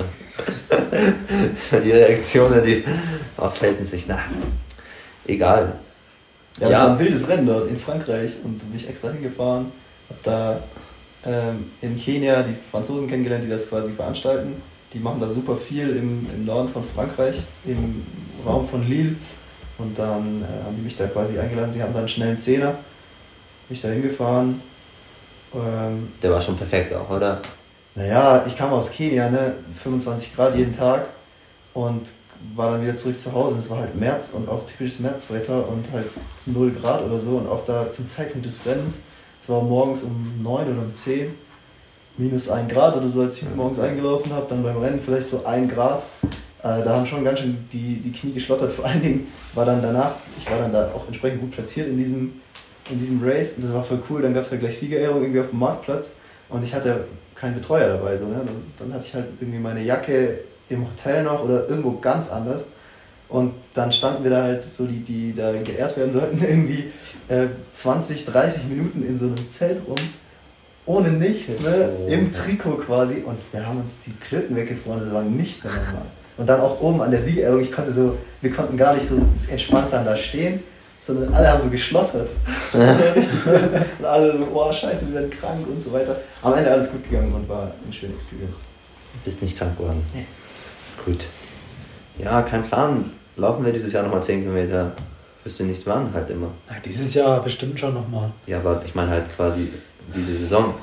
Die Reaktionen, die ausfälten sich, na, egal. Ja, das war ein wildes Rennen dort in Frankreich und bin ich extra hingefahren. Hab da in Kenia die Franzosen kennengelernt, die das quasi veranstalten. Die machen da super viel im Norden von Frankreich, im Raum von Lille. Und dann haben die mich da quasi eingeladen. Sie haben dann schnell einen Zehner. Bin ich da hingefahren. Der war schon perfekt auch, oder? Naja, ich kam aus Kenia, ne? 25 Grad jeden Tag und war dann wieder zurück zu Hause. Es war halt März und auch typisches Märzwetter und halt 0 Grad oder so. Und auch da zum Zeitpunkt des Rennens, es war morgens um 9 oder um 10, minus 1 Grad oder so, als ich morgens eingelaufen habe. Dann beim Rennen vielleicht so 1 Grad. Da haben schon ganz schön die Knie geschlottert. Vor allen Dingen war dann danach, ich war dann da auch entsprechend gut platziert in diesem Race und das war voll cool. Dann gab es halt gleich Siegerehrung irgendwie auf dem Marktplatz und ich hatte keinen Betreuer dabei. So, ne? Dann hatte ich halt irgendwie meine Jacke im Hotel noch oder irgendwo ganz anders. Und dann standen wir da halt so, die da geehrt werden sollten, irgendwie 20, 30 Minuten in so einem Zelt rum, ohne nichts, ne? Im Trikot quasi. Und wir haben uns die Klöten weggefroren, das war nicht mehr normal. Und dann auch oben an der Siegerehrung, wir konnten gar nicht so entspannt dann da stehen, sondern alle haben so geschlottert. Und alle so, oh scheiße, wir werden krank und so weiter. Am Ende alles gut gegangen und war eine schöne Experience. Du bist nicht krank geworden. Nee. Gut. Ja, kein Plan. Laufen wir dieses Jahr nochmal 10 Kilometer? Wüsste nicht wann halt immer. Na, dieses Jahr bestimmt schon nochmal. Ja, aber ich meine halt quasi diese Saison.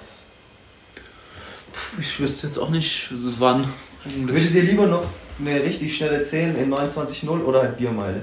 Ich wüsste jetzt auch nicht, so wann eigentlich. Würdet ihr lieber noch eine richtig schnelle 10 in 29,0 oder halt Biermeile?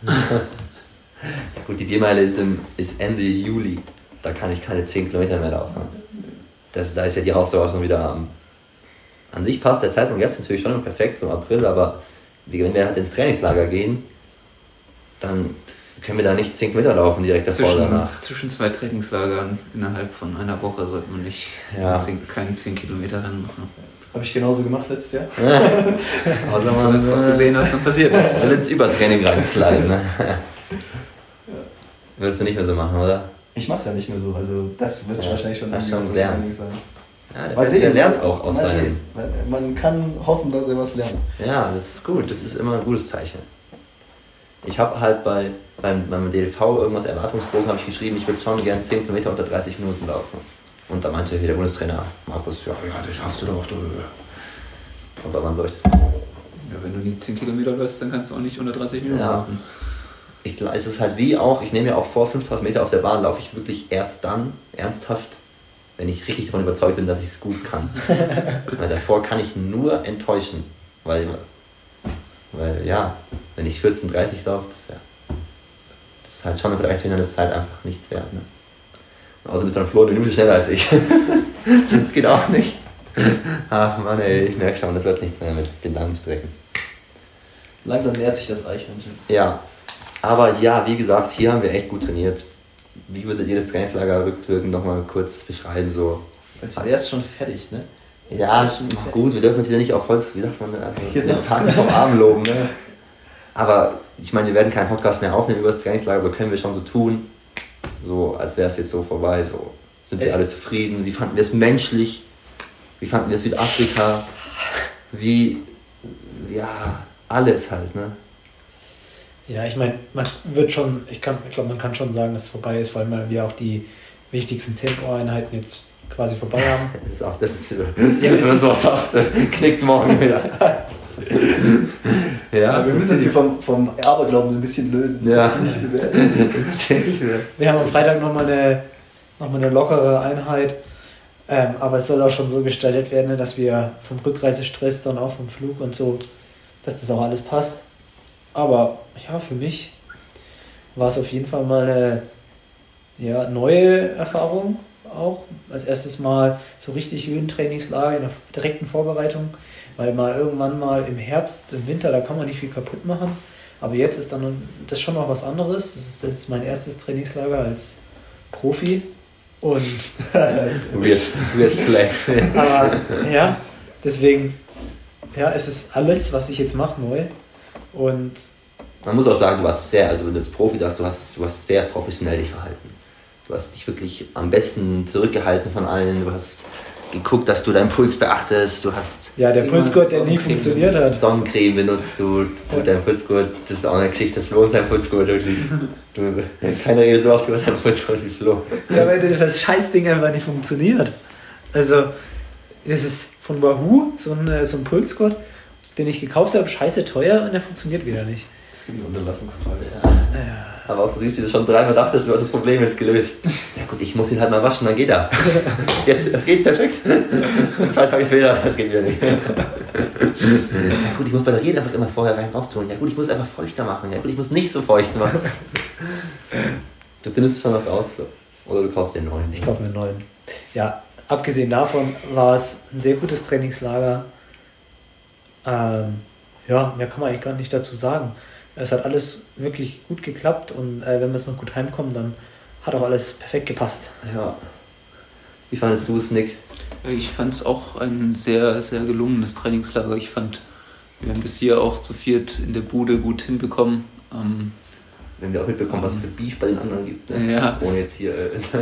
Gut, die Biermeile ist Ende Juli. Da kann ich keine 10 Kilometer mehr laufen. Da ist ja die Ausdauer schon wieder am. An sich passt der Zeitpunkt jetzt natürlich schon perfekt zum April, aber wenn wir halt ins Trainingslager gehen, dann können wir da nicht 10 Kilometer laufen direkt davor oder danach. Zwischen 2 Trainingslagern innerhalb von einer Woche sollte man nicht keine 10 Kilometer Rennen machen. Habe ich genauso gemacht letztes Jahr. Außer Du man hast doch gesehen, was dann passiert ist. soll ins Übertraining reinsliden. Ne? Würdest du nicht mehr so machen, oder? Ich mach's ja nicht mehr so, also das wird Ja, wahrscheinlich schon hast irgendwie schon was gelernt. Training sein. Ja, Mal sehen. der lernt auch aus Mal seinem. sehen. Man kann hoffen, dass er was lernt. Ja, das ist gut. Das ist immer ein gutes Zeichen. Ich habe halt beim DLV irgendwas Erwartungsbogen habe ich geschrieben, ich würde schon gern 10 Kilometer unter 30 Minuten laufen. Und da meinte hier der Bundestrainer Markus, ja, das schaffst du doch. Aber wann soll ich das machen? Ja, wenn du nie 10 Kilometer läufst, dann kannst du auch nicht unter 30 Minuten Ja. laufen. Es ist halt wie auch, ich nehme ja auch vor, 5000 Meter auf der Bahn laufe ich wirklich erst dann ernsthaft, wenn ich richtig davon überzeugt bin, dass ich es gut kann. Weil davor kann ich nur enttäuschen. Weil ja, wenn ich 14:30 laufe, das ist halt schon im Vergleich zu der Zeit einfach nichts wert. Ne? Und außerdem ist dann Flo eine Minute schneller als ich. Das geht auch nicht. Ach Mann, ey, ich merke schon, das wird nichts mehr mit den langen Strecken. Langsam nähert sich das Eichhörnchen. Ja, aber ja, wie gesagt, hier haben wir echt gut trainiert. Wie würdet ihr das Trainingslager rückwirkend nochmal kurz beschreiben? So? Als wäre es schon fertig, ne? Ja, gut, wir dürfen uns wieder nicht auf Holz, wie sagt man, den Tag vom Arm loben. Ne? Aber ich meine, wir werden keinen Podcast mehr aufnehmen über das Trainingslager, so können wir schon so tun, so als wäre es jetzt so vorbei. So sind wir alle zufrieden? Wie fanden wir es menschlich? Wie fanden wir Südafrika? Alles halt, ne? Ja, ich meine, ich glaube, man kann schon sagen, dass es vorbei ist, vor allem weil wir auch die wichtigsten Tempoeinheiten jetzt quasi vorbei haben. Das ist Ja, es ist so sagt, knickt morgen wieder. Ja, wir müssen uns hier vom Aberglauben ein bisschen lösen. Das Ja. ist nicht viel wert. Wir haben am Freitag nochmal eine lockere Einheit, aber es soll auch schon so gestaltet werden, dass wir vom Rückreisestress dann auch vom Flug und so, dass das auch alles passt. Aber ja, für mich war es auf jeden Fall mal eine neue Erfahrung auch. Als erstes Mal so richtig Höhentrainingslager in der direkten Vorbereitung, weil irgendwann mal im Herbst, im Winter, da kann man nicht viel kaputt machen. Aber jetzt ist dann das schon noch was anderes. Das ist jetzt mein erstes Trainingslager als Profi. Und Weird Flex. aber ja, deswegen, ja, es ist alles, was ich jetzt mache, neu. Und Man muss auch sagen, du warst wenn du als Profi sagst, du hast sehr professionell dich verhalten. Du hast dich wirklich am besten zurückgehalten von allen. Du hast geguckt, dass du deinen Puls beachtest. Du hast ja, der Pulsgurt, der nie funktioniert hat. Sonnencreme benutzt du. Gut, dein Pulsgurt, das ist auch eine Geschichte. Das lohnt sein Pulsgurt wirklich. Keiner redet so oft über seinen Pulsgurt wie Flo. Ja, weil das Scheißding einfach nicht funktioniert. Also, das ist von Wahoo, so ein Pulsgurt, den ich gekauft habe, scheiße teuer und der funktioniert wieder nicht. Das gibt eine Unterlassungsklage. Ja. Aber auch so siehst du das schon dreimal dachtest, du hast das Problem jetzt gelöst. Ja gut, ich muss ihn halt mal waschen, dann geht er. Jetzt, es geht perfekt. Und 2 Tage später, das geht wieder nicht. Ja gut, ich muss Batterien einfach immer vorher rein rausholen. Ja gut, ich muss einfach feuchter machen. Ja gut, ich muss nicht so feucht machen. Du findest es schon noch raus, oder du kaufst den neuen. Ich kaufe mir einen neuen. Ja, abgesehen davon war es ein sehr gutes Trainingslager. Ja, mehr kann man eigentlich gar nicht dazu sagen. Es hat alles wirklich gut geklappt und wenn wir jetzt noch gut heimkommen, dann hat auch alles perfekt gepasst. Ja. Wie fandest du es, Nick? Ich fand es auch ein sehr, sehr gelungenes Trainingslager. Ich fand, wir haben das hier auch zu viert in der Bude gut hinbekommen. Wenn wir auch mitbekommen, was es für Beef bei den anderen gibt. Ne? Ja. Ohne jetzt hier...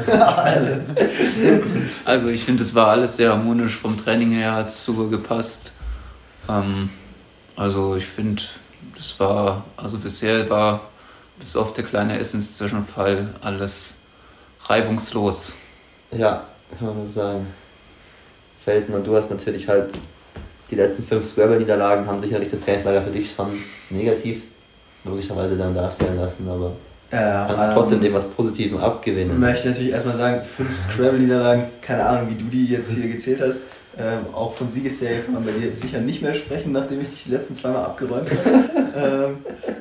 Also ich finde, es war alles sehr harmonisch. Vom Training her hat es super gepasst. Also ich finde, bisher war bis auf der kleine Essenszwischenfall alles reibungslos. Ja, kann man so sagen. Feldmann, du hast natürlich halt die letzten 5 Scrabble-Niederlagen haben sicherlich das Trainingslager für dich schon negativ logischerweise dann darstellen lassen, aber Kannst trotzdem dem was Positivem abgewinnen. Möchte ich natürlich erstmal sagen, 5 Scrabble-Niederlagen, keine Ahnung, wie du die jetzt hier gezählt hast. Auch von Siegesserie kann man bei dir sicher nicht mehr sprechen, nachdem ich dich die letzten 2 Mal abgeräumt habe.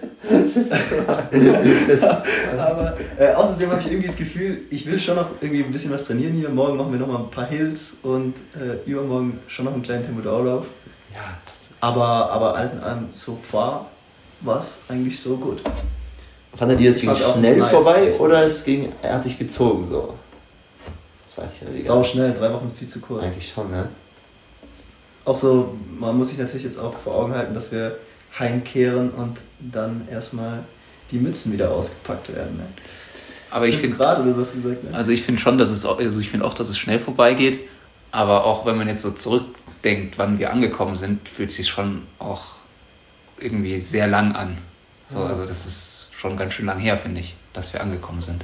Aber außerdem habe ich irgendwie das Gefühl, ich will schon noch irgendwie ein bisschen was trainieren hier. Morgen machen wir nochmal ein paar Hills und übermorgen schon noch einen kleinen Tempo-Dauerlauf. Ja. Aber alles in allem, so far war es eigentlich so gut. Fandet ihr, es Ich ging fand's auch schnell nice. vorbei oder er hat sich gezogen so? Das weiß ich ja wieder. Sau schnell, 3 Wochen viel zu kurz. Eigentlich schon, ne? Auch so, man muss sich natürlich jetzt auch vor Augen halten, dass wir heimkehren und dann erstmal die Mützen wieder ausgepackt werden. Ne? Aber ich 5 finde, Grad oder so hast du gesagt, ne? also ich finde schon, dass es auch, also ich finde auch, dass es schnell vorbeigeht. Aber auch wenn man jetzt so zurückdenkt, wann wir angekommen sind, fühlt es sich schon auch irgendwie sehr lang an. So, also das ist schon ganz schön lang her, finde ich, dass wir angekommen sind.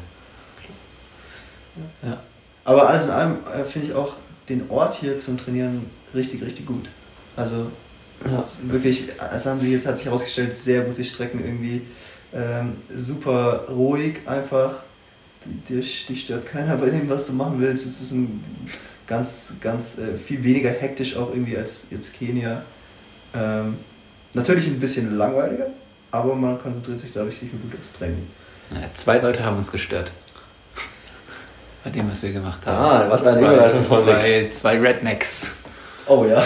Ja. Aber alles in allem finde ich auch den Ort hier zum Trainieren richtig, richtig gut. Also es ist wirklich, das haben sie jetzt, hat sich herausgestellt, sehr gute Strecken irgendwie. Super ruhig einfach. Dich stört keiner bei dem, was du machen willst. Es ist ein ganz viel weniger hektisch auch irgendwie als jetzt Kenia. Natürlich ein bisschen langweiliger, aber man konzentriert sich dadurch sicher gut aufs Training. Naja, 2 Leute haben uns gestört. Bei dem, was wir gemacht haben. Was eine Überleitung von zwei Rednecks. Oh ja.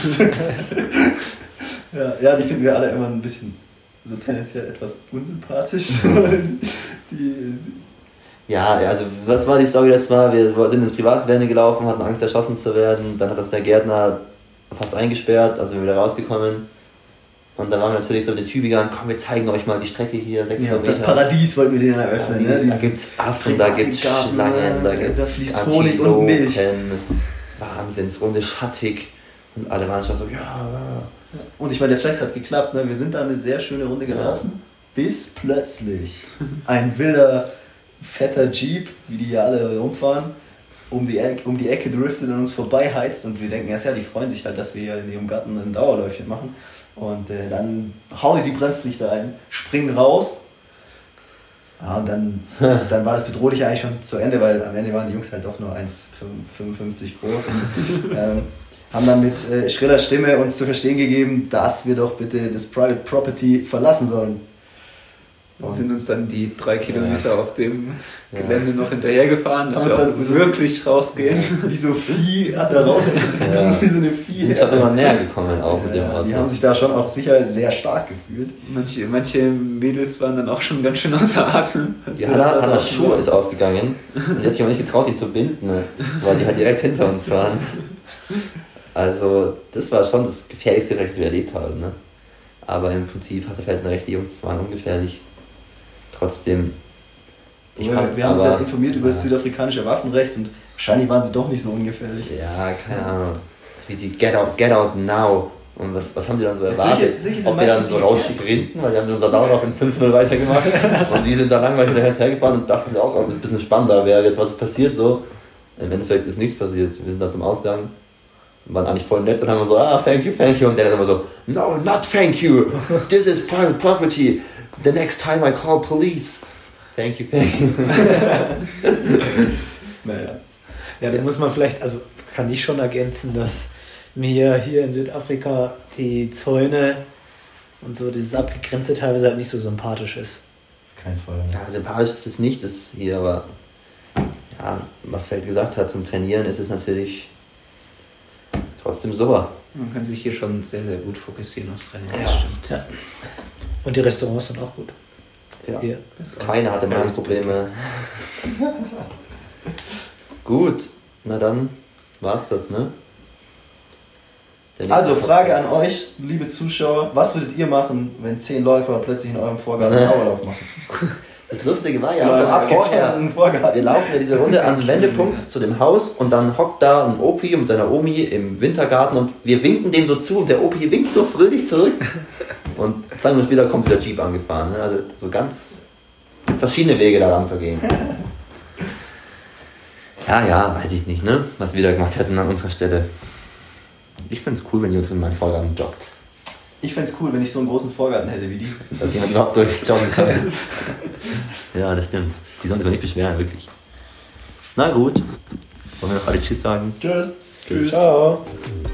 ja, die finden wir alle immer ein bisschen so tendenziell etwas unsympathisch. Ja, also was war die Story letztes Mal? Wir sind ins Privatgelände gelaufen, hatten Angst, erschossen zu werden. Dann hat uns der Gärtner fast eingesperrt, also sind wir wieder rausgekommen. Und dann waren wir natürlich so mit den Tübingern, komm, wir zeigen euch mal die Strecke hier, 6 Kilometer. Das Paradies wollten wir denen eröffnen. Ja, da gibt's Affen, da gibt's Schlangen, da gibt's Honig und Milch. Wahnsinnsrunde, schattig. Und alle waren schon so, ja. Und ich meine, der Flex hat geklappt, ne? Wir sind da eine sehr schöne Runde gelaufen, bis plötzlich ein wilder, fetter Jeep, wie die hier alle rumfahren, um die Ecke driftet und uns vorbei heizt. Und wir denken erst, ja, die freuen sich halt, dass wir hier in ihrem Garten ein Dauerläufchen machen. Und dann hauen die Bremslichter ein, springen raus. Ja, und dann war das Bedrohliche eigentlich schon zu Ende, weil am Ende waren die Jungs halt doch nur 1,55 groß. Und, haben dann mit schriller Stimme uns zu verstehen gegeben, dass wir doch bitte das Private Property verlassen sollen. Und sind uns dann die 3 Kilometer auf dem Gelände noch hinterhergefahren, dass wir auch wirklich rausgehen. Wie so Vieh da raus. Wie so eine Vieh. Die sind schon immer näher gekommen auch mit dem Auto. Die haben sich da schon auch sicher sehr stark gefühlt. Manche Mädels waren dann auch schon ganz schön außer Atem. Ja, Hannas Schuh ist aufgegangen und die hat sich aber nicht getraut, ihn zu binden, weil die halt direkt hinter uns waren. Also das war schon das Gefährlichste, was wir erlebt haben. Ne? Aber im Prinzip hast du vielleicht recht, die Jungs waren ungefährlich. Trotzdem. Wir haben uns ja informiert über das südafrikanische Waffenrecht und wahrscheinlich waren sie doch nicht so ungefährlich. Ja, keine Ahnung. Wie sie get out now. Und was haben sie dann so erwartet? Ob wir dann so raussprinten, weil die haben unser Dauerlauf in 5-0 weitergemacht. Und die sind dann langweilig hergefahren und dachten auch, ob es ein bisschen spannender wäre, jetzt was ist passiert so. Im Endeffekt ist nichts passiert. Wir sind dann zum Ausgang. Waren eigentlich voll nett und haben so, thank you. Und der dann immer so, no, not thank you. This is private property. The next time I call police. Thank you. Naja. Ja, da muss man vielleicht, also kann ich schon ergänzen, dass mir hier in Südafrika die Zäune und so dieses Abgegrenzte teilweise halt nicht so sympathisch ist. Kein Fall. Ja, sympathisch ist es nicht, das hier, aber ja, was Feld gesagt hat, zum Trainieren ist es natürlich trotzdem super. Man kann sich hier schon sehr, sehr gut fokussieren aufs Training. Ja. Das stimmt. Ja. Und die Restaurants sind auch gut. Ja. Hier. Keiner hatte Magenprobleme. Gut, na dann war's das, ne? Also Frage an euch, liebe Zuschauer, was würdet ihr machen, wenn 10 Läufer plötzlich in eurem Vorgarten einen Dauerlauf machen? Das Lustige war ja auch, dass vorher, wir laufen ja diese Runde an den Wendepunkt zu dem Haus und dann hockt da ein Opi mit seiner Omi im Wintergarten und wir winken dem so zu und der Opi winkt so fröhlich zurück und 2 Minuten später kommt dieser Jeep angefahren. Ne? Also so ganz verschiedene Wege da ranzugehen. Ja, weiß ich nicht, ne? Was wir da gemacht hätten an unserer Stelle. Ich find's cool, wenn jemand in meinen Vorgarten joggt. Ich find's cool, wenn ich so einen großen Vorgarten hätte wie die. Dass jemand überhaupt durchjoggen kann. Ja, das stimmt. Die sollen sich aber nicht beschweren, wirklich. Na gut. Wollen wir noch alle Tschüss sagen? Tschüss. Ciao.